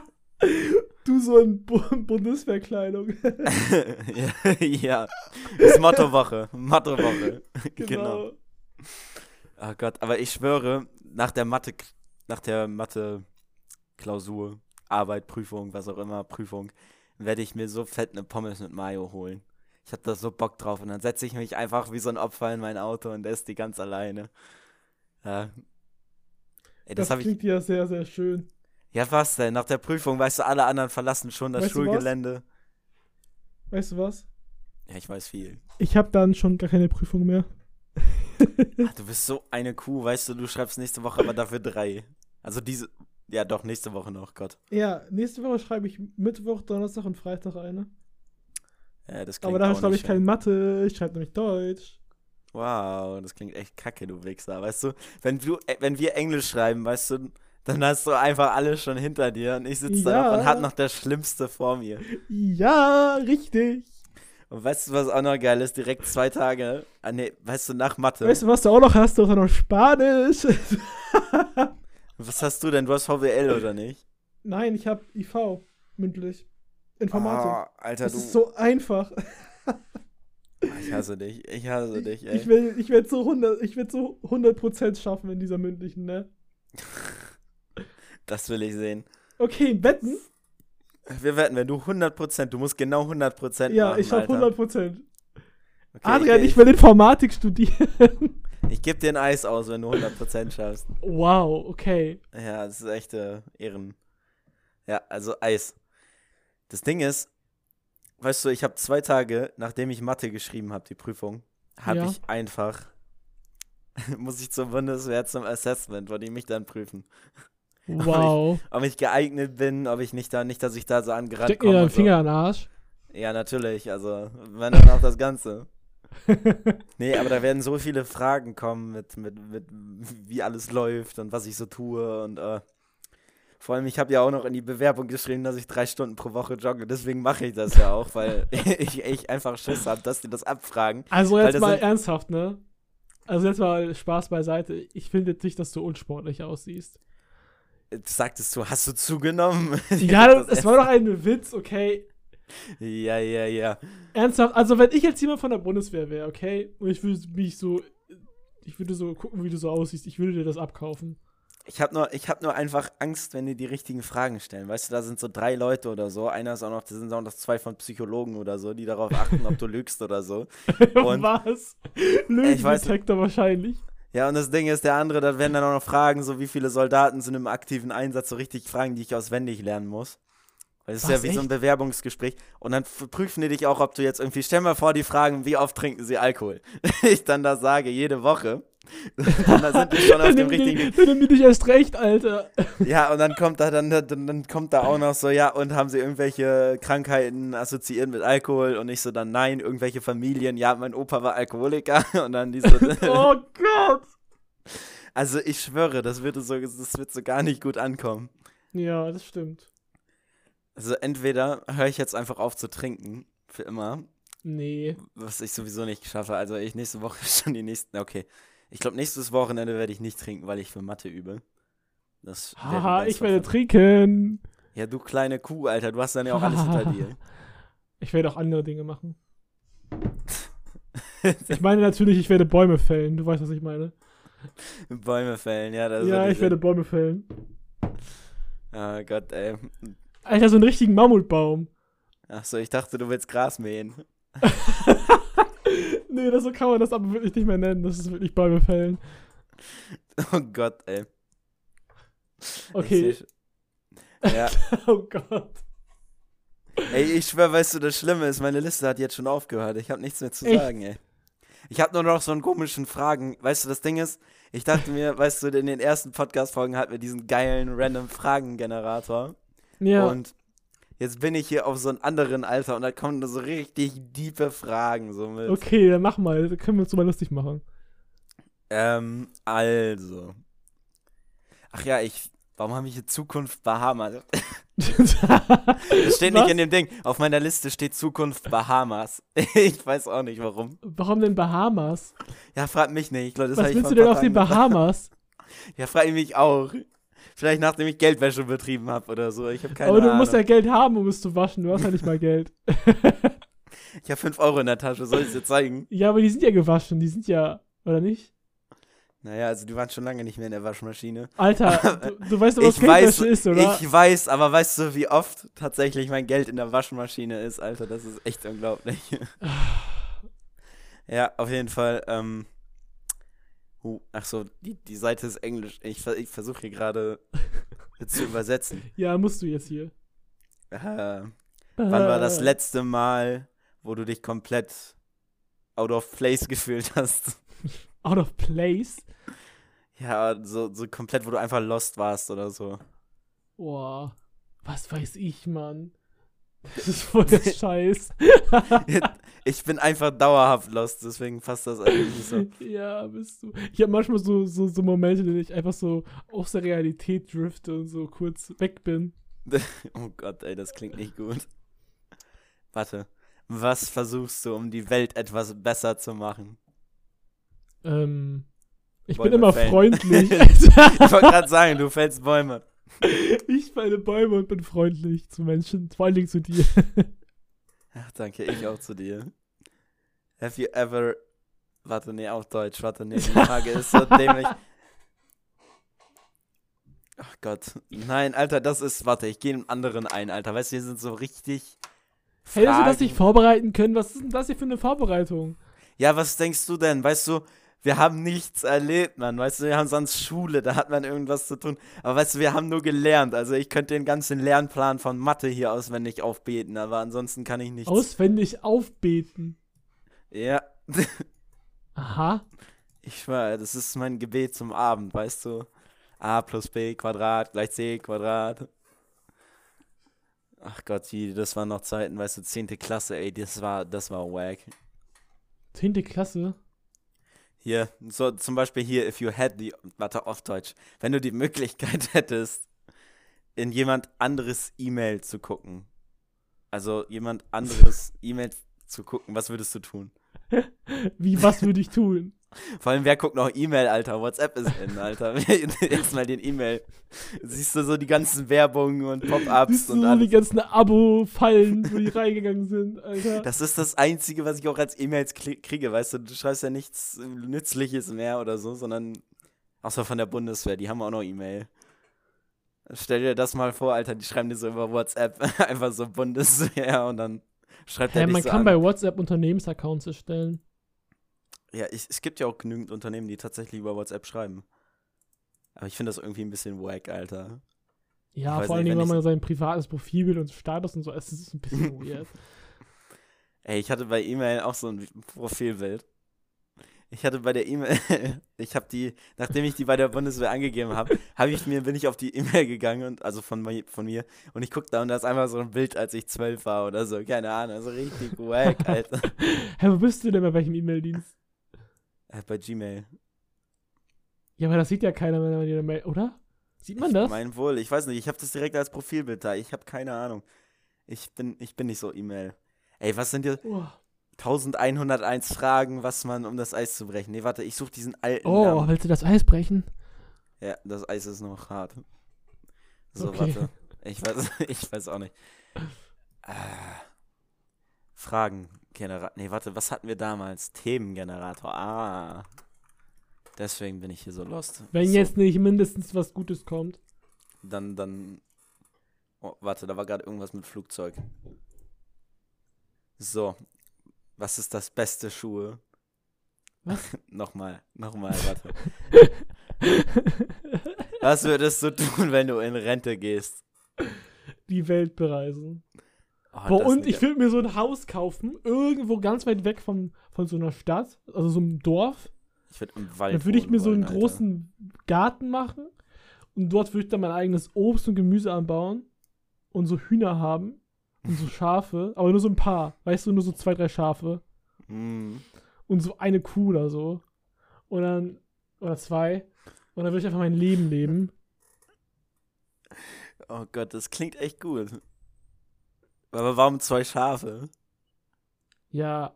Du so in Bu Bundeswehrkleidung. ja, ja. Das ist Mottowoche. Mottowoche. Genau. Genau. Oh Gott, aber ich schwöre, nach der Mathe, nach der Mathe-Klausur, Arbeit, Prüfung, was auch immer, Prüfung, werde ich mir so fett eine Pommes mit Mayo holen. Ich hab da so Bock drauf und dann setze ich mich einfach wie so ein Opfer in mein Auto und esse die ganz alleine. Ja. Ey, das, Das, habe ich. klingt ja sehr, sehr schön. Ja, was denn? Nach der Prüfung, weißt du, alle anderen verlassen schon das Weißt du was? Schulgelände. Weißt du was? Ja, ich weiß viel. Ich habe dann schon gar keine Prüfung mehr. Ach, du bist so eine Kuh, weißt du, du schreibst nächste Woche aber dafür drei. Also diese, ja doch, nächste Woche noch, Gott. Ja, nächste Woche schreibe ich Mittwoch, Donnerstag und Freitag eine. Ja, das klingt Aber da auch schreibe nicht ich keine schön. Mathe, ich schreibe nämlich Deutsch. Wow, das klingt echt kacke, du Wichser, weißt du? Wenn du, äh, wenn wir Englisch schreiben, weißt du, dann hast du einfach alles schon hinter dir und ich sitze da Ja. noch und hab noch das Schlimmste vor mir. Ja, richtig. Und weißt du, was auch noch geil ist? Direkt zwei Tage, ah, nee, weißt du, nach Mathe. Weißt du, was du auch noch hast? Du hast auch noch Spanisch. Was hast du denn? Du hast V W L oder nicht? Nein, ich habe I V, mündlich. Informatik. Ah, Alter, Das du. ist so einfach. Ich hasse dich, ich hasse dich, ey. Ich, will, ich werde so hundert, ich werd so hundert Prozent schaffen in dieser mündlichen, ne? Das will ich sehen. Okay, wetten? Wir wetten, wenn du hundert Prozent, du musst genau hundert Prozent Ja, machen, ich schaff Alter. hundert Prozent. Okay, Adrian, okay, ich will Informatik studieren. Ich gebe dir ein Eis aus, wenn du hundert Prozent schaffst. Wow, okay. Ja, das ist echt äh, Ehren. Ja, also Eis. Das Ding ist, weißt du, ich habe zwei Tage, nachdem ich Mathe geschrieben habe, die Prüfung, habe Ja. ich einfach, muss ich zur Bundeswehr zum Assessment, wo die mich dann prüfen. Wow. Ob ich geeignet bin, ob ich nicht da, nicht, dass ich da so angerannt Steck mir komme. deinen und so. Finger an den Arsch. Ja, natürlich, also, wenn dann auch das Ganze. Nee, aber da werden so viele Fragen kommen mit, mit, mit wie alles läuft und was ich so tue und äh, vor allem, ich habe ja auch noch in die Bewerbung geschrieben, dass ich drei Stunden pro Woche jogge, deswegen mache ich das ja auch, weil ich, ich einfach Schiss habe, dass die das abfragen. Also Weil jetzt das mal sind- ernsthaft, ne? Also jetzt mal Spaß beiseite. Ich finde jetzt nicht, dass du unsportlich aussiehst. Sagtest du, hast du zugenommen? Ja, Das es war doch ein Witz, okay? Ja, ja, ja. Ernsthaft, also wenn ich jetzt jemand von der Bundeswehr wäre, okay? Und ich würde mich so, ich würde so gucken, wie du so aussiehst, ich würde dir das abkaufen. Ich habe nur, ich hab nur einfach Angst, wenn die die richtigen Fragen stellen. Weißt du, da sind so drei Leute oder so. Einer ist auch noch, das sind auch noch zwei von Psychologen oder so, die darauf achten, ob du lügst oder so. Und- Was? Ich weiß- Lügendetektor wahrscheinlich. Ja, und das Ding ist, der andere, da werden dann auch noch Fragen, so wie viele Soldaten sind im aktiven Einsatz, so richtig Fragen, die ich auswendig lernen muss. Weil das ist Was, ja wie so ein echt? Bewerbungsgespräch. Und dann f- prüfen die dich auch, ob du jetzt irgendwie, stell mal vor, die fragen, wie oft trinken sie Alkohol? Ich dann da sage, jede Woche. Und dann sind die schon auf Dann dem nimm die- richtigen. dann nimm die dich erst recht, Alter. Ja, und dann kommt da dann, dann, dann kommt da auch noch so, ja, und haben sie irgendwelche Krankheiten assoziiert mit Alkohol? Und ich so dann, nein, irgendwelche Familien, ja, mein Opa war Alkoholiker. Und dann die so, Oh Gott. also ich schwöre, das wird so, das wird so gar nicht gut ankommen. Ja, das stimmt. Also entweder höre ich jetzt einfach auf zu trinken, für immer, Nee. was ich sowieso nicht schaffe. Also ich nächste Woche schon die nächsten, okay. Ich glaube, nächstes Wochenende werde ich nicht trinken, weil ich für Mathe übe. Das wäre Haha, ganz ich werde verfallen. trinken. Ja, du kleine Kuh, Alter, du hast dann ja auch alles hinter dir. Ich werde auch andere Dinge machen. Ich meine natürlich, ich werde Bäume fällen. Du weißt, was ich meine. Bäume fällen, ja. Das Ja, wird ich werde Bäume fällen. Oh Gott, ey. Alter, so einen richtigen Mammutbaum. Achso, ich dachte, du willst Gras mähen. Nee, das so kann man das aber wirklich nicht mehr nennen. Das ist wirklich Bäume fällen. Oh Gott, ey. Okay. Ich seh- Ja, Oh Gott. ey, ich schwör, weißt du, das Schlimme ist, meine Liste hat jetzt schon aufgehört. Ich habe nichts mehr zu Echt? sagen, ey. Ich habe nur noch so einen komischen Fragen. Weißt du, das Ding ist, ich dachte mir, weißt du, in den ersten Podcast-Folgen hatten wir diesen geilen random Fragen-Generator. Ja. Und jetzt bin ich hier auf so einem anderen Alter und da kommen so richtig diepe Fragen. So mit. Okay, dann mach mal. Da können wir uns mal lustig machen. Ähm, also. Ach ja, ich. Warum habe ich hier Zukunft Bahamas? Das steht Was? nicht in dem Ding. Auf meiner Liste steht Zukunft Bahamas. Ich weiß auch nicht warum. Warum denn Bahamas? Ja, frag mich nicht. Ich glaub, das Was hab ich willst vor du ein denn paar auf den Tagen gefragt. Bahamas? Ja, frag ich mich auch. Vielleicht nachdem ich Geldwäsche betrieben habe oder so. Ich habe keine Aber du Ahnung. musst ja Geld haben, um es zu waschen. Du hast ja nicht mal Geld. Ich habe fünf Euro in der Tasche. Soll ich es dir zeigen? Ja, aber die sind ja gewaschen. Die sind ja, oder nicht? Naja, also die waren schon lange nicht mehr in der Waschmaschine. Alter, du, du weißt doch, was Ich weiß, Geldwäsche ist, oder? ich weiß, aber weißt du, wie oft tatsächlich mein Geld in der Waschmaschine ist, Alter? Das ist echt unglaublich. Ja, auf jeden Fall. Ähm, uh, ach so, die, die Seite ist Englisch. Ich, ver- ich versuche hier gerade zu übersetzen. Ja, musst du jetzt hier. Äh, wann war das letzte Mal, wo du dich komplett out of place gefühlt hast? Out of place? Ja, so, so komplett, wo du einfach lost warst oder so. Boah, was weiß ich, Mann. Das ist voll der Scheiß. Ich bin einfach dauerhaft lost, deswegen passt das eigentlich nicht so. Ja, bist du. Ich habe manchmal so, so, so Momente, in denen ich einfach so aus der Realität drifte und so kurz weg bin. Oh Gott, ey, das klingt nicht gut. Warte, was versuchst du, um die Welt etwas besser zu machen? Ähm, ich Bäume bin immer fällen. freundlich. Ich wollte gerade sagen, du fällst Bäume. Ich fälle Bäume und bin freundlich zu Menschen, vor allen Dingen zu dir. Ach, danke, ich auch zu dir. Have you ever... Warte, nee, auf Deutsch. Warte, nee, die Frage ist so dämlich. Ach Gott. Nein, Alter, das ist... Warte, ich gehe im anderen ein, Alter. Weißt du, wir sind so richtig... Hättest du das nicht vorbereiten können? Was ist denn das hier für eine Vorbereitung? Ja, was denkst du denn? Weißt du, wir haben nichts erlebt, Mann. Weißt du, wir haben sonst Schule, da hat man irgendwas zu tun. Aber weißt du, wir haben nur gelernt. Also ich könnte den ganzen Lernplan von Mathe hier auswendig aufbeten, aber ansonsten kann ich nichts. Auswendig aufbeten? Ja. Aha. Ich schwöre, das ist mein Gebet zum Abend, weißt du. A plus B Quadrat gleich C Quadrat. Ach Gott, wie, das waren noch Zeiten, weißt du, zehnte Klasse, ey, das war, das war wack. Zehnte Klasse? Hier, so zum Beispiel hier, if you had the, warte, auf Deutsch, wenn du die Möglichkeit hättest, in jemand anderes E-Mail zu gucken, also jemand anderes E-Mail zu gucken, was würdest du tun? Wie, was würde ich tun? Vor allem, wer guckt noch E-Mail, Alter? WhatsApp ist in, Alter. Erstmal den E-Mail. Siehst du so die ganzen Werbungen und Pop-Ups Siehst du und so alles. die ganzen Abo-Fallen, wo die reingegangen sind, Alter? Das ist das Einzige, was ich auch als E-Mails krie- kriege, weißt du? Du schreibst ja nichts Nützliches mehr oder so, sondern außer von der Bundeswehr, die haben auch noch E-Mail. Stell dir das mal vor, Alter, die schreiben dir so über WhatsApp einfach so Bundeswehr und dann schreibt Hä, er dich man so kann an. bei WhatsApp Unternehmensaccounts erstellen. Ja, ich, es gibt ja auch genügend Unternehmen, die tatsächlich über WhatsApp schreiben. Aber ich finde das irgendwie ein bisschen wack, Alter. Ja, Ich weiß vor allen nicht, Dingen, wenn wenn ich- man sein privates Profilbild und Status und so, es ist ein bisschen weird. Ey, ich hatte bei E-Mail auch so ein Profilbild. Ich hatte bei der E-Mail, ich habe die, nachdem ich die bei der Bundeswehr angegeben habe, habe ich mir, bin ich auf die E-Mail gegangen und also von, mi- von mir und ich guck da und da ist einfach so ein Bild, als ich zwölf war oder so, keine Ahnung, also richtig wack, Alter. Hä, wo bist du denn bei welchem E-Mail-Dienst? Äh, bei Gmail. Ja, aber das sieht ja keiner, wenn man dir eine Mail, oder? Sieht man das? Mein wohl, ich weiß nicht, ich habe das direkt als Profilbild da, ich habe keine Ahnung. Ich bin, ich bin nicht so E-Mail. Ey, was sind hier Oh, elfhunderteins Fragen, was man, um das Eis zu brechen? Nee, warte, ich suche diesen alten oh Namen. willst du das Eis brechen? Ja, das Eis ist noch hart. So, Okay. warte. Ich weiß, ich weiß auch nicht. Ah. Fragengenerator. Nee, warte, was hatten wir damals? Themengenerator. Ah. Deswegen bin ich hier so lost. Wenn so, jetzt nicht mindestens was Gutes kommt. Dann, dann. Oh, warte, da war gerade irgendwas mit Flugzeug. So. Was ist das beste Schuhe? Was? nochmal, nochmal, warte. Was würdest du tun, wenn du in Rente gehst? Die Welt bereisen. Oh, Boah, das und nicht- ich würde mir so ein Haus kaufen, irgendwo ganz weit weg vom, von so einer Stadt, also so einem Dorf. Ich würde im Wald Dann würde ich wohnen mir so einen wollen, Alter. großen Garten machen und dort würde ich dann mein eigenes Obst und Gemüse anbauen und so Hühner haben und so Schafe, aber nur so ein paar, weißt du, nur so zwei, drei Schafe Mm. und so eine Kuh oder so. Und dann, oder zwei. Und dann würde ich einfach mein Leben leben. Oh Gott, das klingt echt gut. Aber warum zwei Schafe? Ja,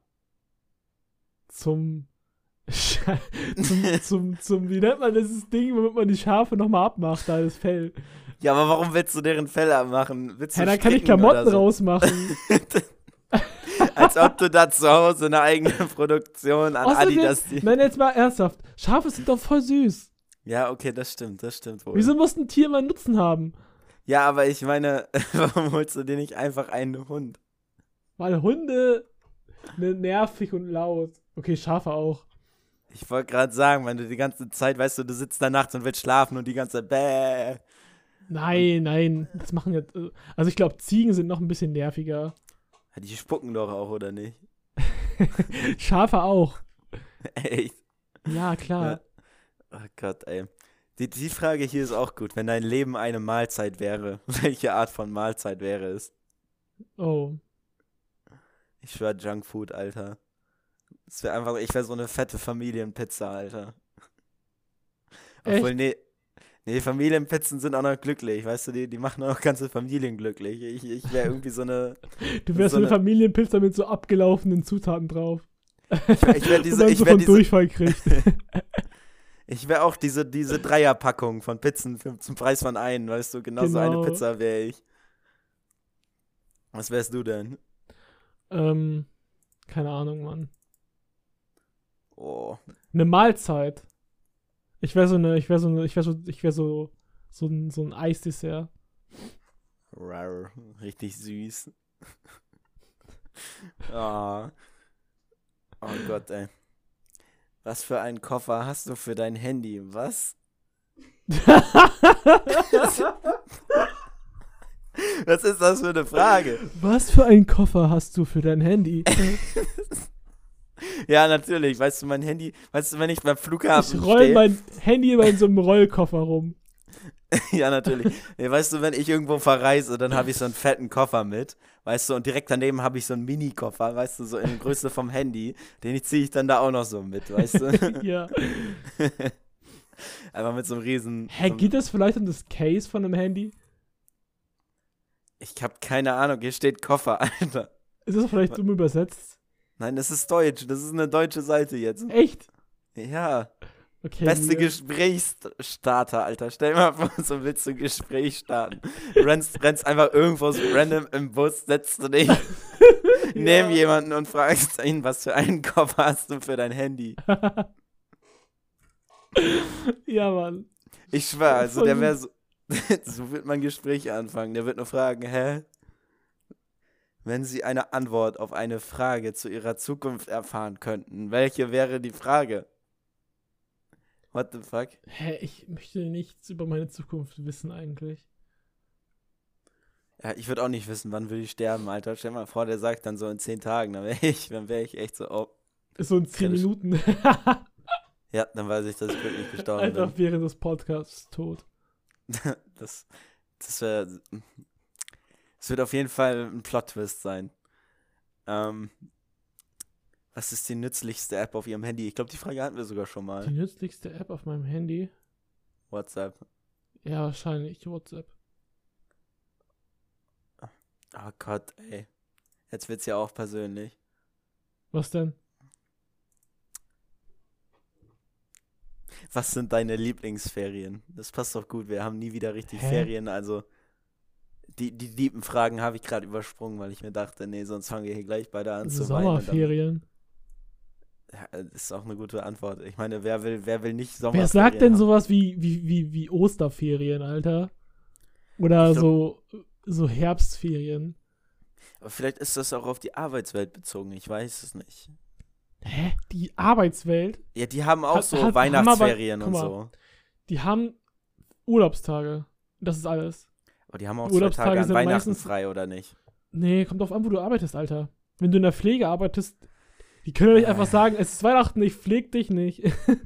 zum, zum, zum, zum, wie nennt man dieses Ding, womit man die Schafe nochmal abmacht, da das Fell. Ja, aber warum willst du deren Fell abmachen? Willst du Ja, dann kann ich stricken Klamotten oder so? rausmachen. Als ob du da zu Hause eine eigene Produktion an Außerdem, Adidas... Die nein, jetzt mal ernsthaft. Schafe sind doch voll süß. ja, okay, das stimmt, das stimmt wohl. Wieso muss ein Tier mal einen Nutzen haben? Ja, aber ich meine, warum holst du dir nicht einfach einen Hund? Weil Hunde ne, nervig und laut. Okay, Schafe auch. Ich wollte gerade sagen, wenn du die ganze Zeit, weißt du, du sitzt da nachts und willst schlafen und die ganze Zeit bäh. Nein, nein, das machen jetzt. äh, Also ich glaube, Ziegen sind noch ein bisschen nerviger. Ja, die spucken doch auch, oder nicht? Schafe auch. Echt? Ja, klar. Ja. Oh Gott, ey. Die, die Frage hier ist auch gut. Wenn dein Leben eine Mahlzeit wäre, welche Art von Mahlzeit wäre es? Oh. Ich schwör Junkfood, Alter. Es wäre einfach, ich wäre so eine fette Familienpizza, Alter. Obwohl, Echt? nee, nee, Familienpizzen sind auch noch glücklich, weißt du, die, die machen auch ganze Familien glücklich. Ich, ich wäre irgendwie so eine, Du wärst so so eine eine- Familienpizza mit so abgelaufenen Zutaten drauf. ich wäre wär Und diese, dann ich so wär von diese, Durchfall kriegt. ich wäre auch diese, diese Dreierpackung von Pizzen für, zum Preis von einen, weißt du, genau so eine Genau. Pizza wäre ich. Was wärst du denn? ähm, keine Ahnung, Mann. Oh. Eine Mahlzeit. Ich wäre so eine, ich wäre so eine, ich wäre so, ich wäre so, so ein, so ein Eisdessert. Rar. Richtig süß. Oh. Oh Gott, ey. Was für einen Koffer hast du für dein Handy? Was? Was ist das für eine Frage? Was für einen Koffer hast du für dein Handy? Ja, natürlich. Weißt du, mein Handy, weißt du, wenn ich beim Flughafen Ich roll stehe. mein Handy immer in so einem Rollkoffer rum. Ja, natürlich. Nee, weißt du, wenn ich irgendwo verreise, dann habe ich so einen fetten Koffer mit, weißt du, und direkt daneben habe ich so einen Mini-Koffer, weißt du, so in der Größe vom Handy, den ziehe ich dann da auch noch so mit, weißt du. Ja. Einfach mit so einem riesen... Hä, so geht das vielleicht um das Case von einem Handy? Ich habe keine Ahnung, hier steht Koffer, Alter. Ist das vielleicht dumm übersetzt? Nein, das ist Deutsch, das ist eine deutsche Seite jetzt. Echt? Ja. Okay. Beste mir- Gesprächsstarter, Alter. Stell dir mal vor, so willst du ein Gespräch starten. Rennst, rennst einfach irgendwo so random im Bus, setzt du dich neben jemanden und fragst ihn, was für einen Koffer hast du für dein Handy? Ja, Mann. Ich schwör, also Voll der wäre so, so wird man Gespräche anfangen. Der wird nur fragen, hä? Wenn Sie eine Antwort auf eine Frage zu Ihrer Zukunft erfahren könnten, welche wäre die Frage? What the fuck? Hä, ich möchte nichts über meine Zukunft wissen eigentlich. Ja, ich würde auch nicht wissen, wann will ich sterben, Alter. Stell dir mal vor, der sagt dann so in zehn Tagen, dann wäre ich, dann wäre ich echt so, oh. Ist so in zehn Kritisch. Minuten. Ja, dann weiß ich, dass ich wirklich gestorben Einfach während des Podcasts tot. bin. Das, das wäre, es wird auf jeden Fall ein Plot-Twist sein. Ähm, was ist die nützlichste App auf Ihrem Handy? Ich glaube, die Frage hatten wir sogar schon Die mal. nützlichste App auf meinem Handy? WhatsApp. Ja, wahrscheinlich WhatsApp. Oh Gott, ey. Jetzt wird's ja auch persönlich. Was denn? Was sind deine Lieblingsferien? Das passt doch gut, wir haben nie wieder richtig Hä? Ferien, also die, die lieben Fragen habe ich gerade übersprungen, weil ich mir dachte, nee, sonst fangen wir hier gleich beide an zu weinen. und dann- Sommerferien. Ja, das ist auch eine gute Antwort. Ich meine, wer will, wer will nicht Sommerferien Wer sagt denn haben? sowas wie, wie, wie, wie Osterferien, Alter? Oder Ich glaub- so, so Herbstferien. Aber vielleicht ist das auch auf die Arbeitswelt bezogen, ich weiß es nicht. Hä? Die Arbeitswelt, Ja, die haben auch Hat- so hat- haben Weihnachtsferien aber- und guck so. die haben Urlaubstage. Das ist alles. Aber die haben auch Urlaubstage zwei Tage an sind Weihnachten meistens- frei, oder nicht? Nee, kommt drauf an, wo du arbeitest, Alter. Wenn du in der Pflege arbeitest, die können ja nicht einfach sagen, es ist Weihnachten, ich pfleg dich nicht.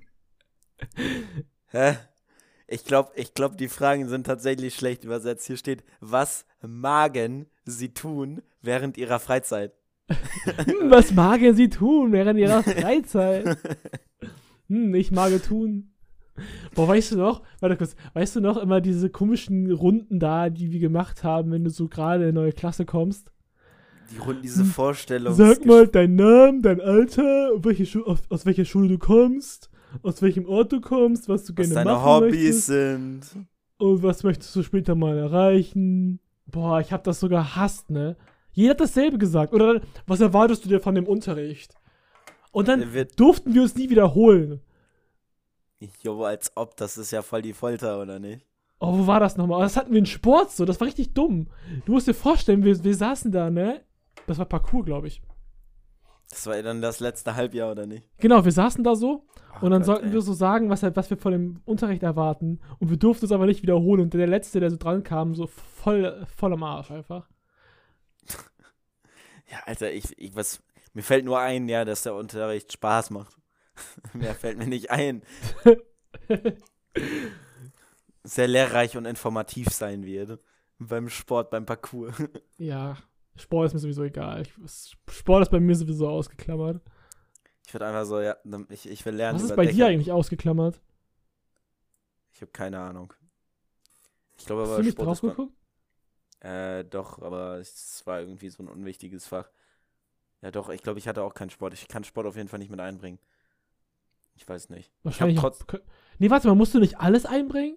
Hä? Ich glaube, ich glaub, die Fragen sind tatsächlich schlecht übersetzt. Hier steht, was magen sie tun während ihrer Freizeit? Hm, was magen sie tun während ihrer Freizeit? Hm, ich mag tun. Boah, weißt du noch, warte kurz, weißt du noch immer diese komischen Runden da, die wir gemacht haben, wenn du so gerade in eine neue Klasse kommst? Die Runden, diese Vorstellung. Sag mal deinen Namen, dein Alter, welche Schu- aus, aus welcher Schule du kommst, aus welchem Ort du kommst, was du was gerne deine machen Hobbys möchtest sind. und was möchtest du später mal erreichen. Boah, ich hab das so gehasst, ne? Jeder hat dasselbe gesagt. Oder was erwartest du dir von dem Unterricht? Und dann Der wird, durften wir uns nie wiederholen. jo, als ob, das ist ja voll die Folter, oder nicht? Oh, wo war das nochmal? Oh, das hatten wir in Sport so, das war richtig dumm. Du musst dir vorstellen, wir, wir saßen da, ne? Das war Parkour, glaube ich. Das war ja dann das letzte Halbjahr, oder nicht? Genau, wir saßen da so Oh und dann Gott, sollten ey. wir so sagen, was, was wir von dem Unterricht erwarten. Und wir durften es aber nicht wiederholen. Und der Letzte, der so dran kam, so voll, voll am Arsch einfach. Ja, Alter, ich, ich, was, mir fällt nur ein, ja, dass der Unterricht Spaß macht. Mehr fällt mir nicht ein. Sehr lehrreich und informativ sein wird. Beim Sport, beim Parkour. Ja, Sport ist mir sowieso egal. Ich, Sport ist bei mir sowieso ausgeklammert. Ich würde einfach so, ja, ich, ich will lernen. Was ist über bei Dächer. dir eigentlich ausgeklammert? Ich habe keine Ahnung. Ich glaube Hast aber du nicht Sport drauf ist bei, geguckt? äh, doch, aber es war irgendwie so ein unwichtiges Fach. Ja doch, ich glaube, ich hatte auch keinen Sport. Ich kann Sport auf jeden Fall nicht mit einbringen. Ich weiß nicht. Wahrscheinlich. Ich habe trotz, auch- Nee, warte mal, musst du nicht alles einbringen?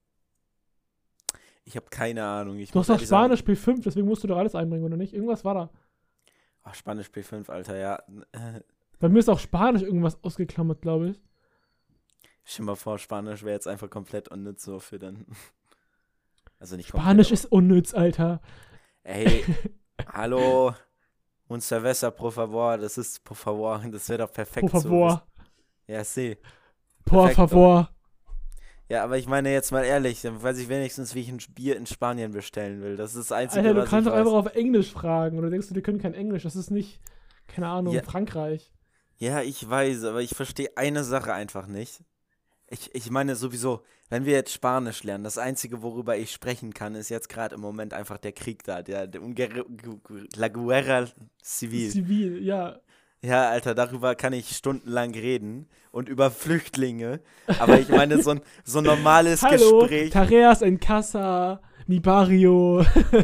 ich habe keine Ahnung. Ich Du muss hast doch ehrlich sagen- Spanisch P fünf, deswegen musst du doch alles einbringen, oder nicht? Irgendwas war da. Ach, Spanisch P fünf, Alter, ja. Bei mir ist auch Spanisch irgendwas ausgeklammert, glaube ich. Stell dir mal vor, Spanisch wäre jetzt einfach komplett unnütz so für dann. Also nicht Spanisch komplett, ist unnütz, Alter. aber- Ey, hallo. Un cerveza, por favor. Das ist por favor. Das wäre doch perfekt Por so. favor. Ja, see. Por Perfekt, favor. Ja, aber ich meine jetzt mal ehrlich, dann weiß ich wenigstens, wie ich ein Bier in Spanien bestellen will. Das ist das Einzige, Alter, du was kannst ich doch einfach weiß. auf Englisch fragen. Oder denkst du, die können kein Englisch? Das ist nicht, keine Ahnung, Ja. Frankreich. Ja, ich weiß, aber ich verstehe eine Sache einfach nicht. Ich, ich meine sowieso, wenn wir jetzt Spanisch lernen, das Einzige, worüber ich sprechen kann, ist jetzt gerade im Moment einfach der Krieg da, der, der Unger- Gu- Gu- La Guerra Civil. Zivil, ja. Ja, Alter, darüber kann ich stundenlang reden und über Flüchtlinge, aber ich meine so ein, so ein normales Hallo, Gespräch. Tareas en Casa, mi barrio.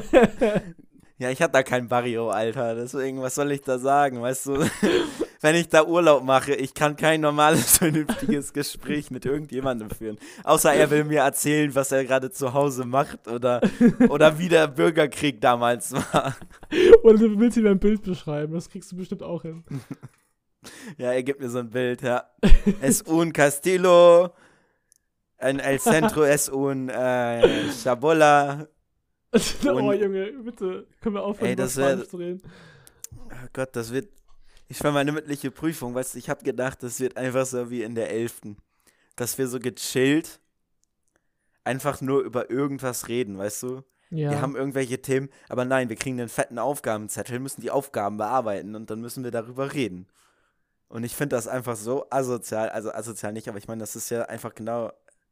Ja, ich hatte da kein Barrio, Alter, deswegen, was soll ich da sagen, weißt du? Wenn ich da Urlaub mache, ich kann kein normales, vernünftiges Gespräch mit irgendjemandem führen. Außer er will mir erzählen, was er gerade zu Hause macht oder, oder wie der Bürgerkrieg damals war. Oder du willst ihm ein Bild beschreiben. Das kriegst du bestimmt auch hin. Ja, er gibt mir so ein Bild, ja. Es un Castillo, en el centro es un äh, Chabola. Oh, Junge, bitte. Können wir aufhören, Ey, über das wär- Spanisch zu reden? Oh Gott, das wird. Ich war meine mündliche Prüfung, weißt du, ich habe gedacht, das wird einfach so wie in der elften. Dass wir so gechillt einfach nur über irgendwas reden, weißt du? Ja. Wir haben irgendwelche Themen, aber nein, wir kriegen einen fetten Aufgabenzettel, müssen die Aufgaben bearbeiten und dann müssen wir darüber reden. Und ich finde das einfach so asozial, also asozial nicht, aber ich meine, das ist ja einfach genau.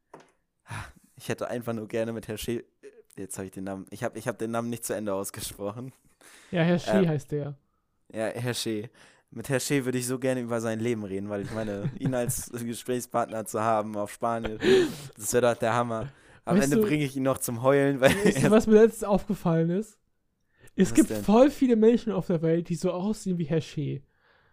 Ich hätte einfach nur gerne mit Herr Schee. Jetzt habe ich den Namen. Ich habe ich hab den Namen nicht zu Ende ausgesprochen. ja, Herr Schee Ähm, heißt der. Ja, Herr Schee. Mit Herr Schee würde ich so gerne über sein Leben reden, weil ich meine, ihn als Gesprächspartner zu haben auf Spanisch, das wäre doch der Hammer. Am Weißt Ende du- bringe ich ihn noch zum Heulen, weil Weißt du, er, was mir letztens aufgefallen ist? Es Was gibt denn? voll viele Menschen auf der Welt, die so aussehen wie Herr Schee.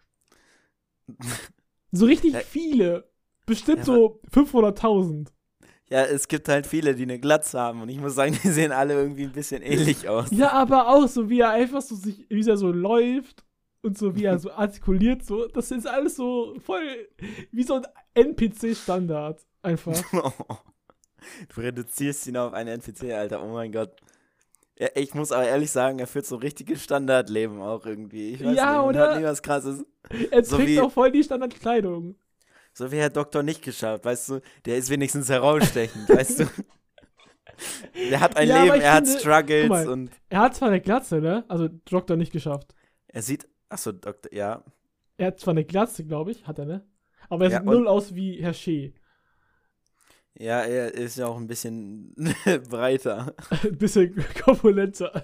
So richtig Ja. viele. Bestimmt Ja, so fünfhunderttausend. ja, es gibt halt viele, die eine Glatze haben und ich muss sagen, die sehen alle irgendwie ein bisschen ähnlich aus. Ja, aber auch so, wie er einfach so sich, wie er so läuft und so, wie er so artikuliert, so. Das ist alles so voll wie so ein N P C-Standard. Einfach. Du reduzierst ihn auf einen N P C, Alter, oh mein Gott. Ja, ich muss aber ehrlich sagen, er führt so ein richtiges Standardleben auch irgendwie. Ich weiß Ja, nicht, man oder? hat nie was Krasses. Er So trägt wie- auch voll die Standardkleidung. So wie Herr Doktor nicht geschaut, weißt du? Der ist wenigstens herausstechend, weißt du? Der hat ein Ja, aber Leben, ich er hat finde- Struggles guck mal. und Er hat zwar eine Glatze, ne? Also Doktor nicht geschafft. er sieht, achso, Doktor, ja. Er hat zwar eine Glatze, glaube ich, hat er, ne? Aber er Ja, sieht und- null aus wie Herr Schee. Ja, er ist ja auch ein bisschen breiter. Ein bisschen korpulenter.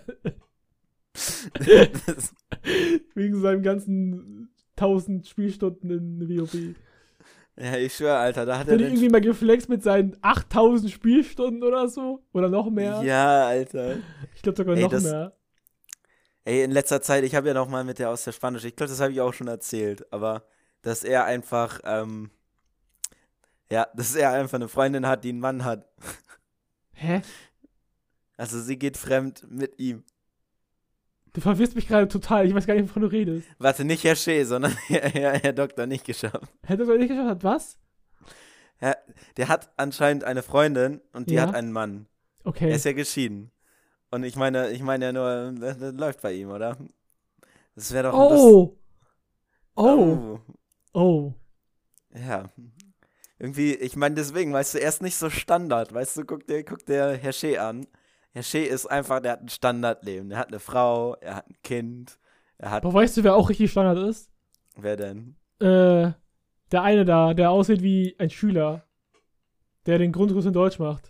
Das, Wegen seinen ganzen tausend Spielstunden in W O P. ja, ich schwöre, Alter, da hat Hat er er nicht den... irgendwie mal geflext mit seinen achttausend Spielstunden oder so? Oder noch mehr? Ja, Alter. Ich glaube sogar Ey, noch das- mehr. Ey, in letzter Zeit, ich habe ja noch mal mit der aus der Spanisch, ich glaube, das habe ich auch schon erzählt, aber dass er einfach, ähm, ja, dass er einfach eine Freundin hat, die einen Mann hat. Hä? Also sie geht fremd mit ihm. Du verwirrst mich gerade total. Ich weiß gar nicht, wovon du redest. Warte, nicht Herr Schee, sondern Herr, Herr, Herr Doktor nicht geschafft. Hätte er nicht geschafft, hat was? Ja, der hat anscheinend eine Freundin und die Ja. hat einen Mann. Okay. Er ist ja geschieden. Und ich meine, ich meine ja nur, das, das läuft bei ihm, oder? Das wäre doch Oh! das, Oh! Oh! Ja. Irgendwie, ich meine, deswegen, weißt du, er ist nicht so Standard, weißt du, guck dir, guck dir Herr Schee an. Herr Schee ist einfach, der hat ein Standardleben. Der hat eine Frau, er hat ein Kind, er hat, Aber weißt du, wer auch richtig Standard ist? wer denn? Äh, der eine da, der aussieht wie ein Schüler, der den Grundkurs in Deutsch macht.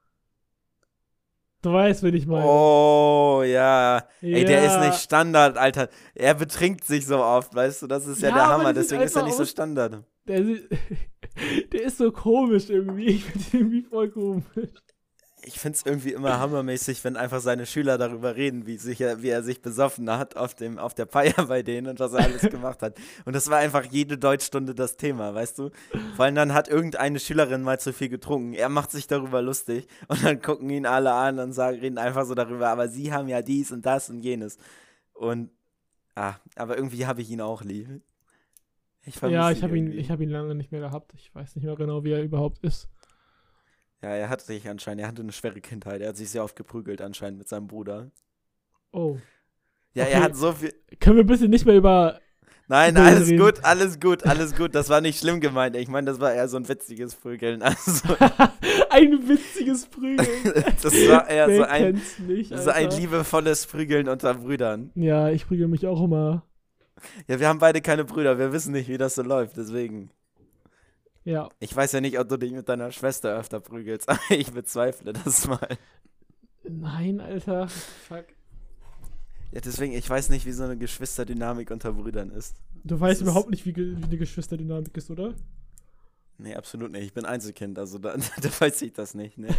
Du weißt, wen ich meine. Oh, ja. Ey, der ist Ja. nicht Standard, Alter. Er betrinkt sich so oft, weißt du, das ist ja, Ja, der aber Hammer, der sieht deswegen ist er einfach nicht so aus- Standard. Der, sieht- der ist so komisch irgendwie. Ich finde ihn irgendwie voll komisch. Ich find's irgendwie immer hammermäßig, wenn einfach seine Schüler darüber reden, wie, sich er, wie er sich besoffen hat auf, dem, auf der Feier bei denen und was er alles gemacht hat. Und das war einfach jede Deutschstunde das Thema, weißt du? Vor allem dann hat irgendeine Schülerin mal zu viel getrunken. Er macht sich darüber lustig und dann gucken ihn alle an und sagen, reden einfach so darüber, aber sie haben ja dies und das und jenes. Und, ah, aber irgendwie habe ich ihn auch lieb. Ich vermisse Ja, ich ihn habe ihn, irgendwie. ich hab ihn lange nicht mehr gehabt. Ich weiß nicht mehr genau, wie er überhaupt ist. Ja, er hatte sich anscheinend, er hatte eine schwere Kindheit. Er hat sich sehr oft geprügelt anscheinend mit seinem Bruder. Oh. Ja, Okay. er hat so viel. Können wir bitte nicht mehr über. Nein, über ihn alles reden? gut, alles gut, alles gut. Das war nicht schlimm gemeint. Ich meine, das war eher so ein witziges Prügeln. Also, Ein witziges Prügeln. das war eher Wer so ein, kennt's nicht, so ein Alter? liebevolles Prügeln unter Brüdern. Ja, ich prügel mich auch immer. Ja, wir haben beide keine Brüder. Wir wissen nicht, wie das so läuft. Deswegen. Ja. Ich weiß ja nicht, ob du dich mit deiner Schwester öfter prügelst. Aber ich bezweifle das mal. Nein, Alter. Fuck. Ja, deswegen, ich weiß nicht, wie so eine Geschwisterdynamik unter Brüdern ist. Du weißt Das ist- überhaupt nicht, wie, ge- wie eine Geschwisterdynamik ist, oder? Nee, absolut nicht. Ich bin Einzelkind, also da, da weiß ich das nicht, ne?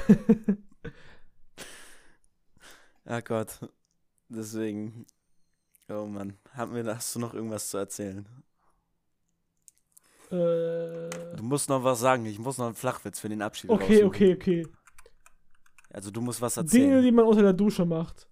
Ach Gott. Deswegen. Oh Mann. Haben wir, hast du noch irgendwas zu erzählen? äh. Du musst noch was sagen. Ich muss noch einen Flachwitz für den Abschied Okay, raussuchen. okay, okay. Also du musst was Dinge, erzählen. die man unter der Dusche macht.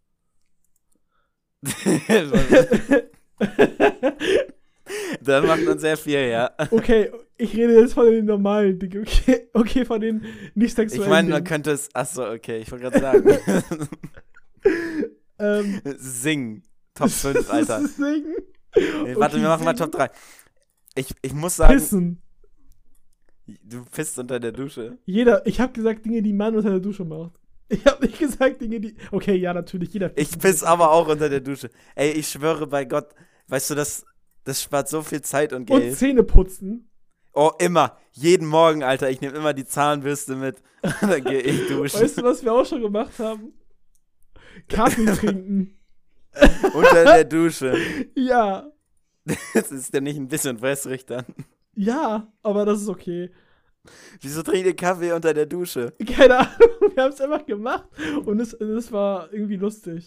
Dann macht man sehr viel, ja. Okay, ich rede jetzt von den normalen Dingen, okay? Okay, von den nicht sexuellen Ich meine, man Dingen. könnte es. Achso, okay, ich wollte gerade sagen. Ähm, Singen. Top fünf, Alter. Singen. Nee, warte, Okay, wir machen mal singen. Top drei. Ich, ich muss sagen, Pissen. du pisst unter der Dusche. Jeder, ich habe gesagt Dinge, die man unter der Dusche macht. Ich habe nicht gesagt Dinge, die. Okay, ja, natürlich, jeder Ich pisst piss aber auch unter der Dusche. Ey, ich schwöre bei Gott, weißt du, das, das spart so viel Zeit und Und Geld. Zähne putzen. Oh, immer. Jeden Morgen, Alter. Ich nehme immer die Zahnbürste mit. Dann gehe ich duschen. Weißt du, was wir auch schon gemacht haben? Kaffee trinken. Unter der Dusche. Ja. Das ist ja nicht ein bisschen wässrig dann. Ja, aber das ist okay. Wieso trinkt ihr Kaffee unter der Dusche? Keine Ahnung, wir haben es einfach gemacht und es, es war irgendwie lustig.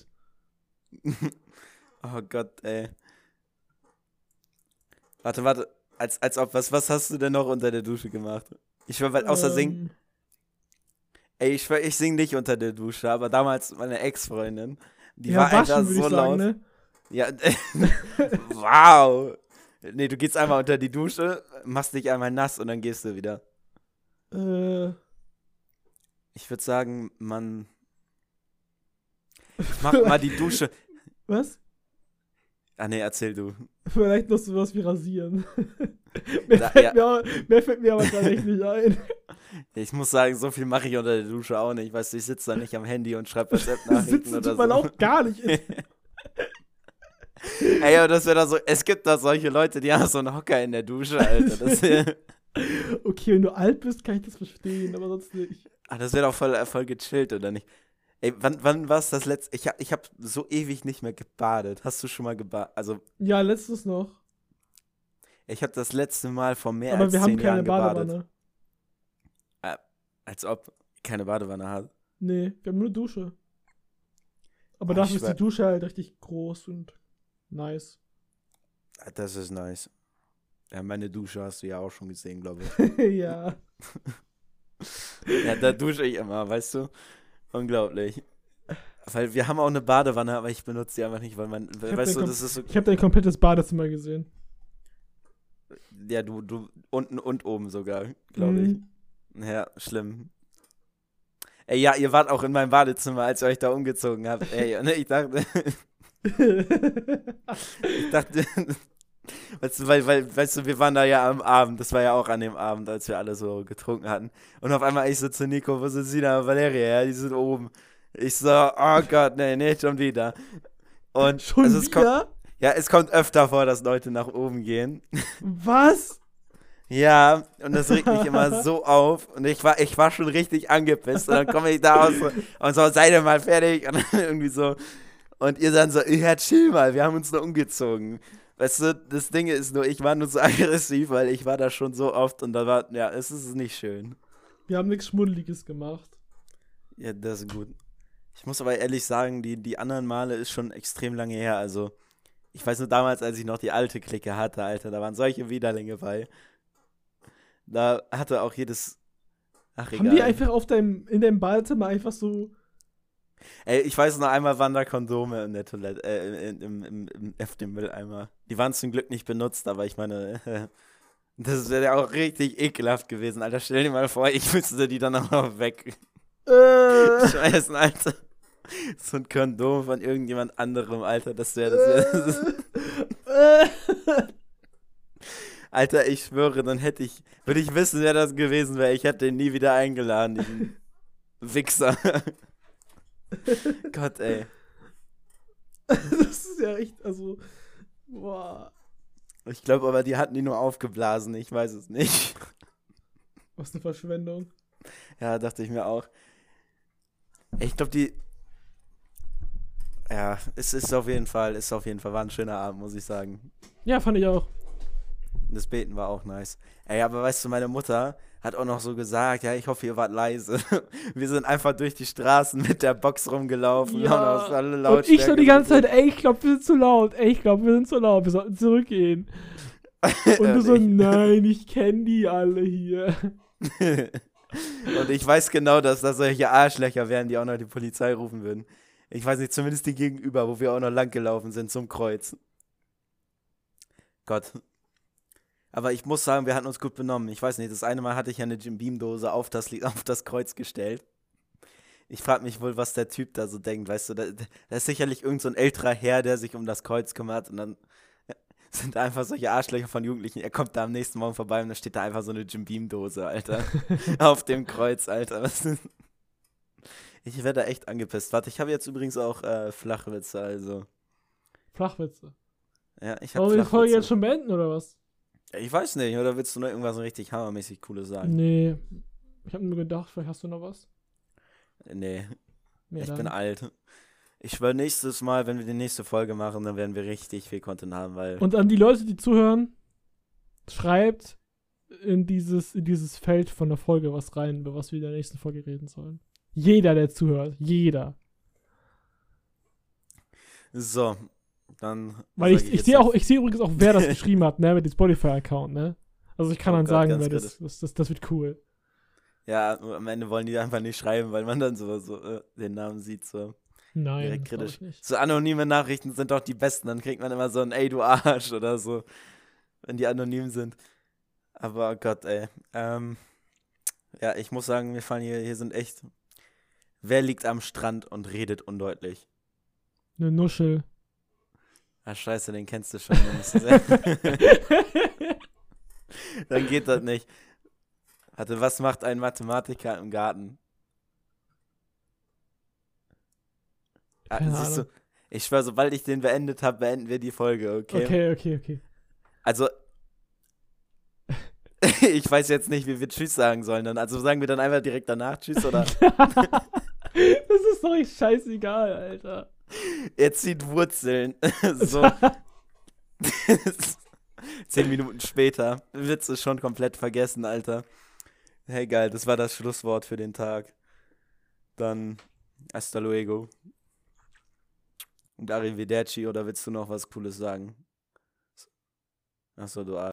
Oh Gott, ey. Warte, warte. Als, als ob, was, was hast du denn noch unter der Dusche gemacht? Ich schwör, weil außer singen. Ähm, Ey, ich schwör, ich sing nicht unter der Dusche, aber damals meine Ex-Freundin, die ja, war waschen, einfach würde so ich sagen, laut. ne? Ja, wow. Nee, du gehst einmal unter die Dusche, machst dich einmal nass und dann gehst du wieder. Äh, Ich würde sagen, man macht mal die Dusche. was? Ah, nee, erzähl du. Vielleicht noch sowas wie rasieren. mehr, Da- fällt ja. mir, aber- mehr fällt mir aber tatsächlich nicht ein. Ich muss sagen, so viel mache ich unter der Dusche auch nicht. Weißt du, ich sitze da nicht am Handy und schreibe WhatsApp-Nachrichten Sitzen oder tut man so. auch gar nicht. Ey, aber das wäre da so, es gibt da solche Leute, die haben so einen Hocker in der Dusche, Alter. Das, Okay, wenn du alt bist, kann ich das verstehen, aber sonst nicht. ah, das wäre doch voll, voll gechillt, oder nicht? Ey, wann, wann war es das letzte? Ich hab, ich hab so ewig nicht mehr gebadet. Hast du schon mal gebadet? Also, Ja, letztes noch. ich habe das letzte Mal vor mehr aber als wir haben zehn keine Jahren gebadet. Badewanne. Als ob keine Badewanne hat. Nee, wir haben nur Dusche. Aber Oh, dafür ich ist die schwör- Dusche halt richtig groß und nice. Ah, das ist nice. Ja, meine Dusche hast du ja auch schon gesehen, glaube ich. Ja. Ja, da dusche ich immer, weißt du? Unglaublich. Weil wir haben auch eine Badewanne, aber ich benutze die einfach nicht, weil man, hab weißt du, den das ist so, Ich habe dein komplettes Badezimmer gesehen. ja, du, du, unten und oben sogar, glaube ich. Mhm. Ja, schlimm. Ey, ja, ihr wart auch in meinem Badezimmer, als ihr euch da umgezogen habt. Ey, und ich dachte, ich dachte, weißt du, weil, weil, weißt du, wir waren da ja am Abend, das war ja auch an dem Abend, als wir alle so getrunken hatten. Und auf einmal ich so zu Nico, wo sind Sina und Valeria? Ja, die sind oben. Ich so, oh Gott, nee, nee, schon wieder. Und Schon also es kommt, wieder? ja, es kommt öfter vor, dass Leute nach oben gehen. Was? Ja, und das regt mich immer so auf. Und ich war, ich war schon richtig angepisst. Und dann komme ich da aus und so, seid ihr mal fertig? Und dann irgendwie so. Und ihr dann so, ja, chill mal, wir haben uns nur umgezogen. Weißt du, das Ding ist nur, ich war nur so aggressiv, weil ich war da schon so oft und da war, ja, es ist nicht schön. Wir haben nichts Schmuddeliges gemacht. Ja, das ist gut. Ich muss aber ehrlich sagen, die, die anderen Male ist schon extrem lange her. Also, ich weiß nur damals, als ich noch die alte Clique hatte, Alter, da waren solche Widerlinge bei. Da hatte auch jedes. Ach, egal. Haben die einfach auf deinem, in deinem Badezimmer einfach so. Ey, ich weiß noch einmal waren da Kondome in der Toilette, äh, im, im, im, im, auf dem Mülleimer. Die waren zum Glück nicht benutzt, aber ich meine, Das wäre ja auch richtig ekelhaft gewesen, Alter. Stell dir mal vor, ich müsste die dann auch noch Äh. wegschmeißen, Alter. So ein Kondom von irgendjemand anderem, Alter. Das wäre, das wäre. Äh. Alter, ich schwöre, dann hätte ich, würde ich wissen, wer das gewesen wäre. Ich hätte ihn nie wieder eingeladen, diesen Wichser. Gott, ey. Das ist ja echt, also, boah. Ich glaube aber, die hatten die nur aufgeblasen. Ich weiß es nicht. Was eine Verschwendung. Ja, dachte ich mir auch. Ich glaube, die. Ja, es ist auf jeden Fall, ist auf jeden Fall, war ein schöner Abend, muss ich sagen. Ja, fand ich auch. Das Beten war auch nice. Ey, aber weißt du, meine Mutter hat auch noch so gesagt, ja, ich hoffe, ihr wart leise. Wir sind einfach durch die Straßen mit der Box rumgelaufen. Ja. Haben aus alle Und Lautstärke ich so die ganze Zeit, gedrückt. ey, ich glaube, wir sind zu laut. Ey, ich glaube, wir sind zu laut. Wir sollten zurückgehen. Und du so, ich, nein, ich kenne die alle hier. Und ich weiß genau, dass da solche Arschlöcher wären, die auch noch die Polizei rufen würden. Ich weiß nicht, zumindest die gegenüber, wo wir auch noch lang gelaufen sind zum Kreuz. Gott. Aber ich muss sagen, wir hatten uns gut benommen. Ich weiß nicht, das eine Mal hatte ich ja eine Jim Beam-Dose auf das, auf das Kreuz gestellt. Ich frage mich wohl, was der Typ da so denkt, weißt du, da, da ist sicherlich irgend so ein älterer Herr, der sich um das Kreuz kümmert und dann ja, sind da einfach solche Arschlöcher von Jugendlichen. Er kommt da am nächsten Morgen vorbei und dann steht da einfach so eine Jim Beam-Dose, Alter, auf dem Kreuz, Alter. Was ist, ich werde da echt angepisst. Warte, ich habe jetzt übrigens auch äh, Flachwitze, also. Flachwitze. Ja, ich habe Wollen wir die Folge Flachwitze. jetzt schon beenden, oder was? Ich weiß nicht, oder willst du noch irgendwas richtig hammermäßig Cooles sagen? Nee. Ich habe mir gedacht, vielleicht hast du noch was. Nee, Nee, ich dann. bin alt. Ich schwöre, nächstes Mal, wenn wir die nächste Folge machen, dann werden wir richtig viel Content haben, weil. Und an die Leute, die zuhören, schreibt in dieses, in dieses Feld von der Folge was rein, über was wir in der nächsten Folge reden sollen. Jeder, der zuhört. Jeder. So, dann. Weil ich, sag ich jetzt sehe noch- auch, ich sehe übrigens auch, wer das geschrieben hat, ne, mit dem Spotify-Account, ne? Also ich kann Oh dann Gott, sagen, ganz wer das, kritisch. das, das, das wird cool. Ja, am Ende wollen die einfach nicht schreiben, weil man dann so, so äh, den Namen sieht, so Nein, direkt das glaub kritisch. ich nicht. So anonyme Nachrichten sind doch die besten, dann kriegt man immer so ein Ey, du Arsch oder so, wenn die anonym sind. Aber oh Gott, ey. Ähm, ja, ich muss sagen, mir fallen hier, hier sind echt. Wer liegt am Strand und redet undeutlich? Eine Nuschel. Ah, scheiße, den kennst du schon. Dann, musst du sagen. Dann geht das nicht. Warte, was macht ein Mathematiker im Garten? Ah, Keine siehst du, Ahnung. ich schwör, sobald ich den beendet habe, beenden wir die Folge, okay? Okay, okay, okay. Also, ich weiß jetzt nicht, wie wir Tschüss sagen sollen. Dann, also sagen wir dann einfach direkt danach Tschüss oder Das ist doch echt scheißegal, Alter. er zieht Wurzeln. So. Zehn Minuten später. Witz ist schon komplett vergessen, Alter. Hey, geil, das war das Schlusswort für den Tag. Dann hasta luego. Und arrivederci, oder willst du noch was Cooles sagen? Achso, du Arsch.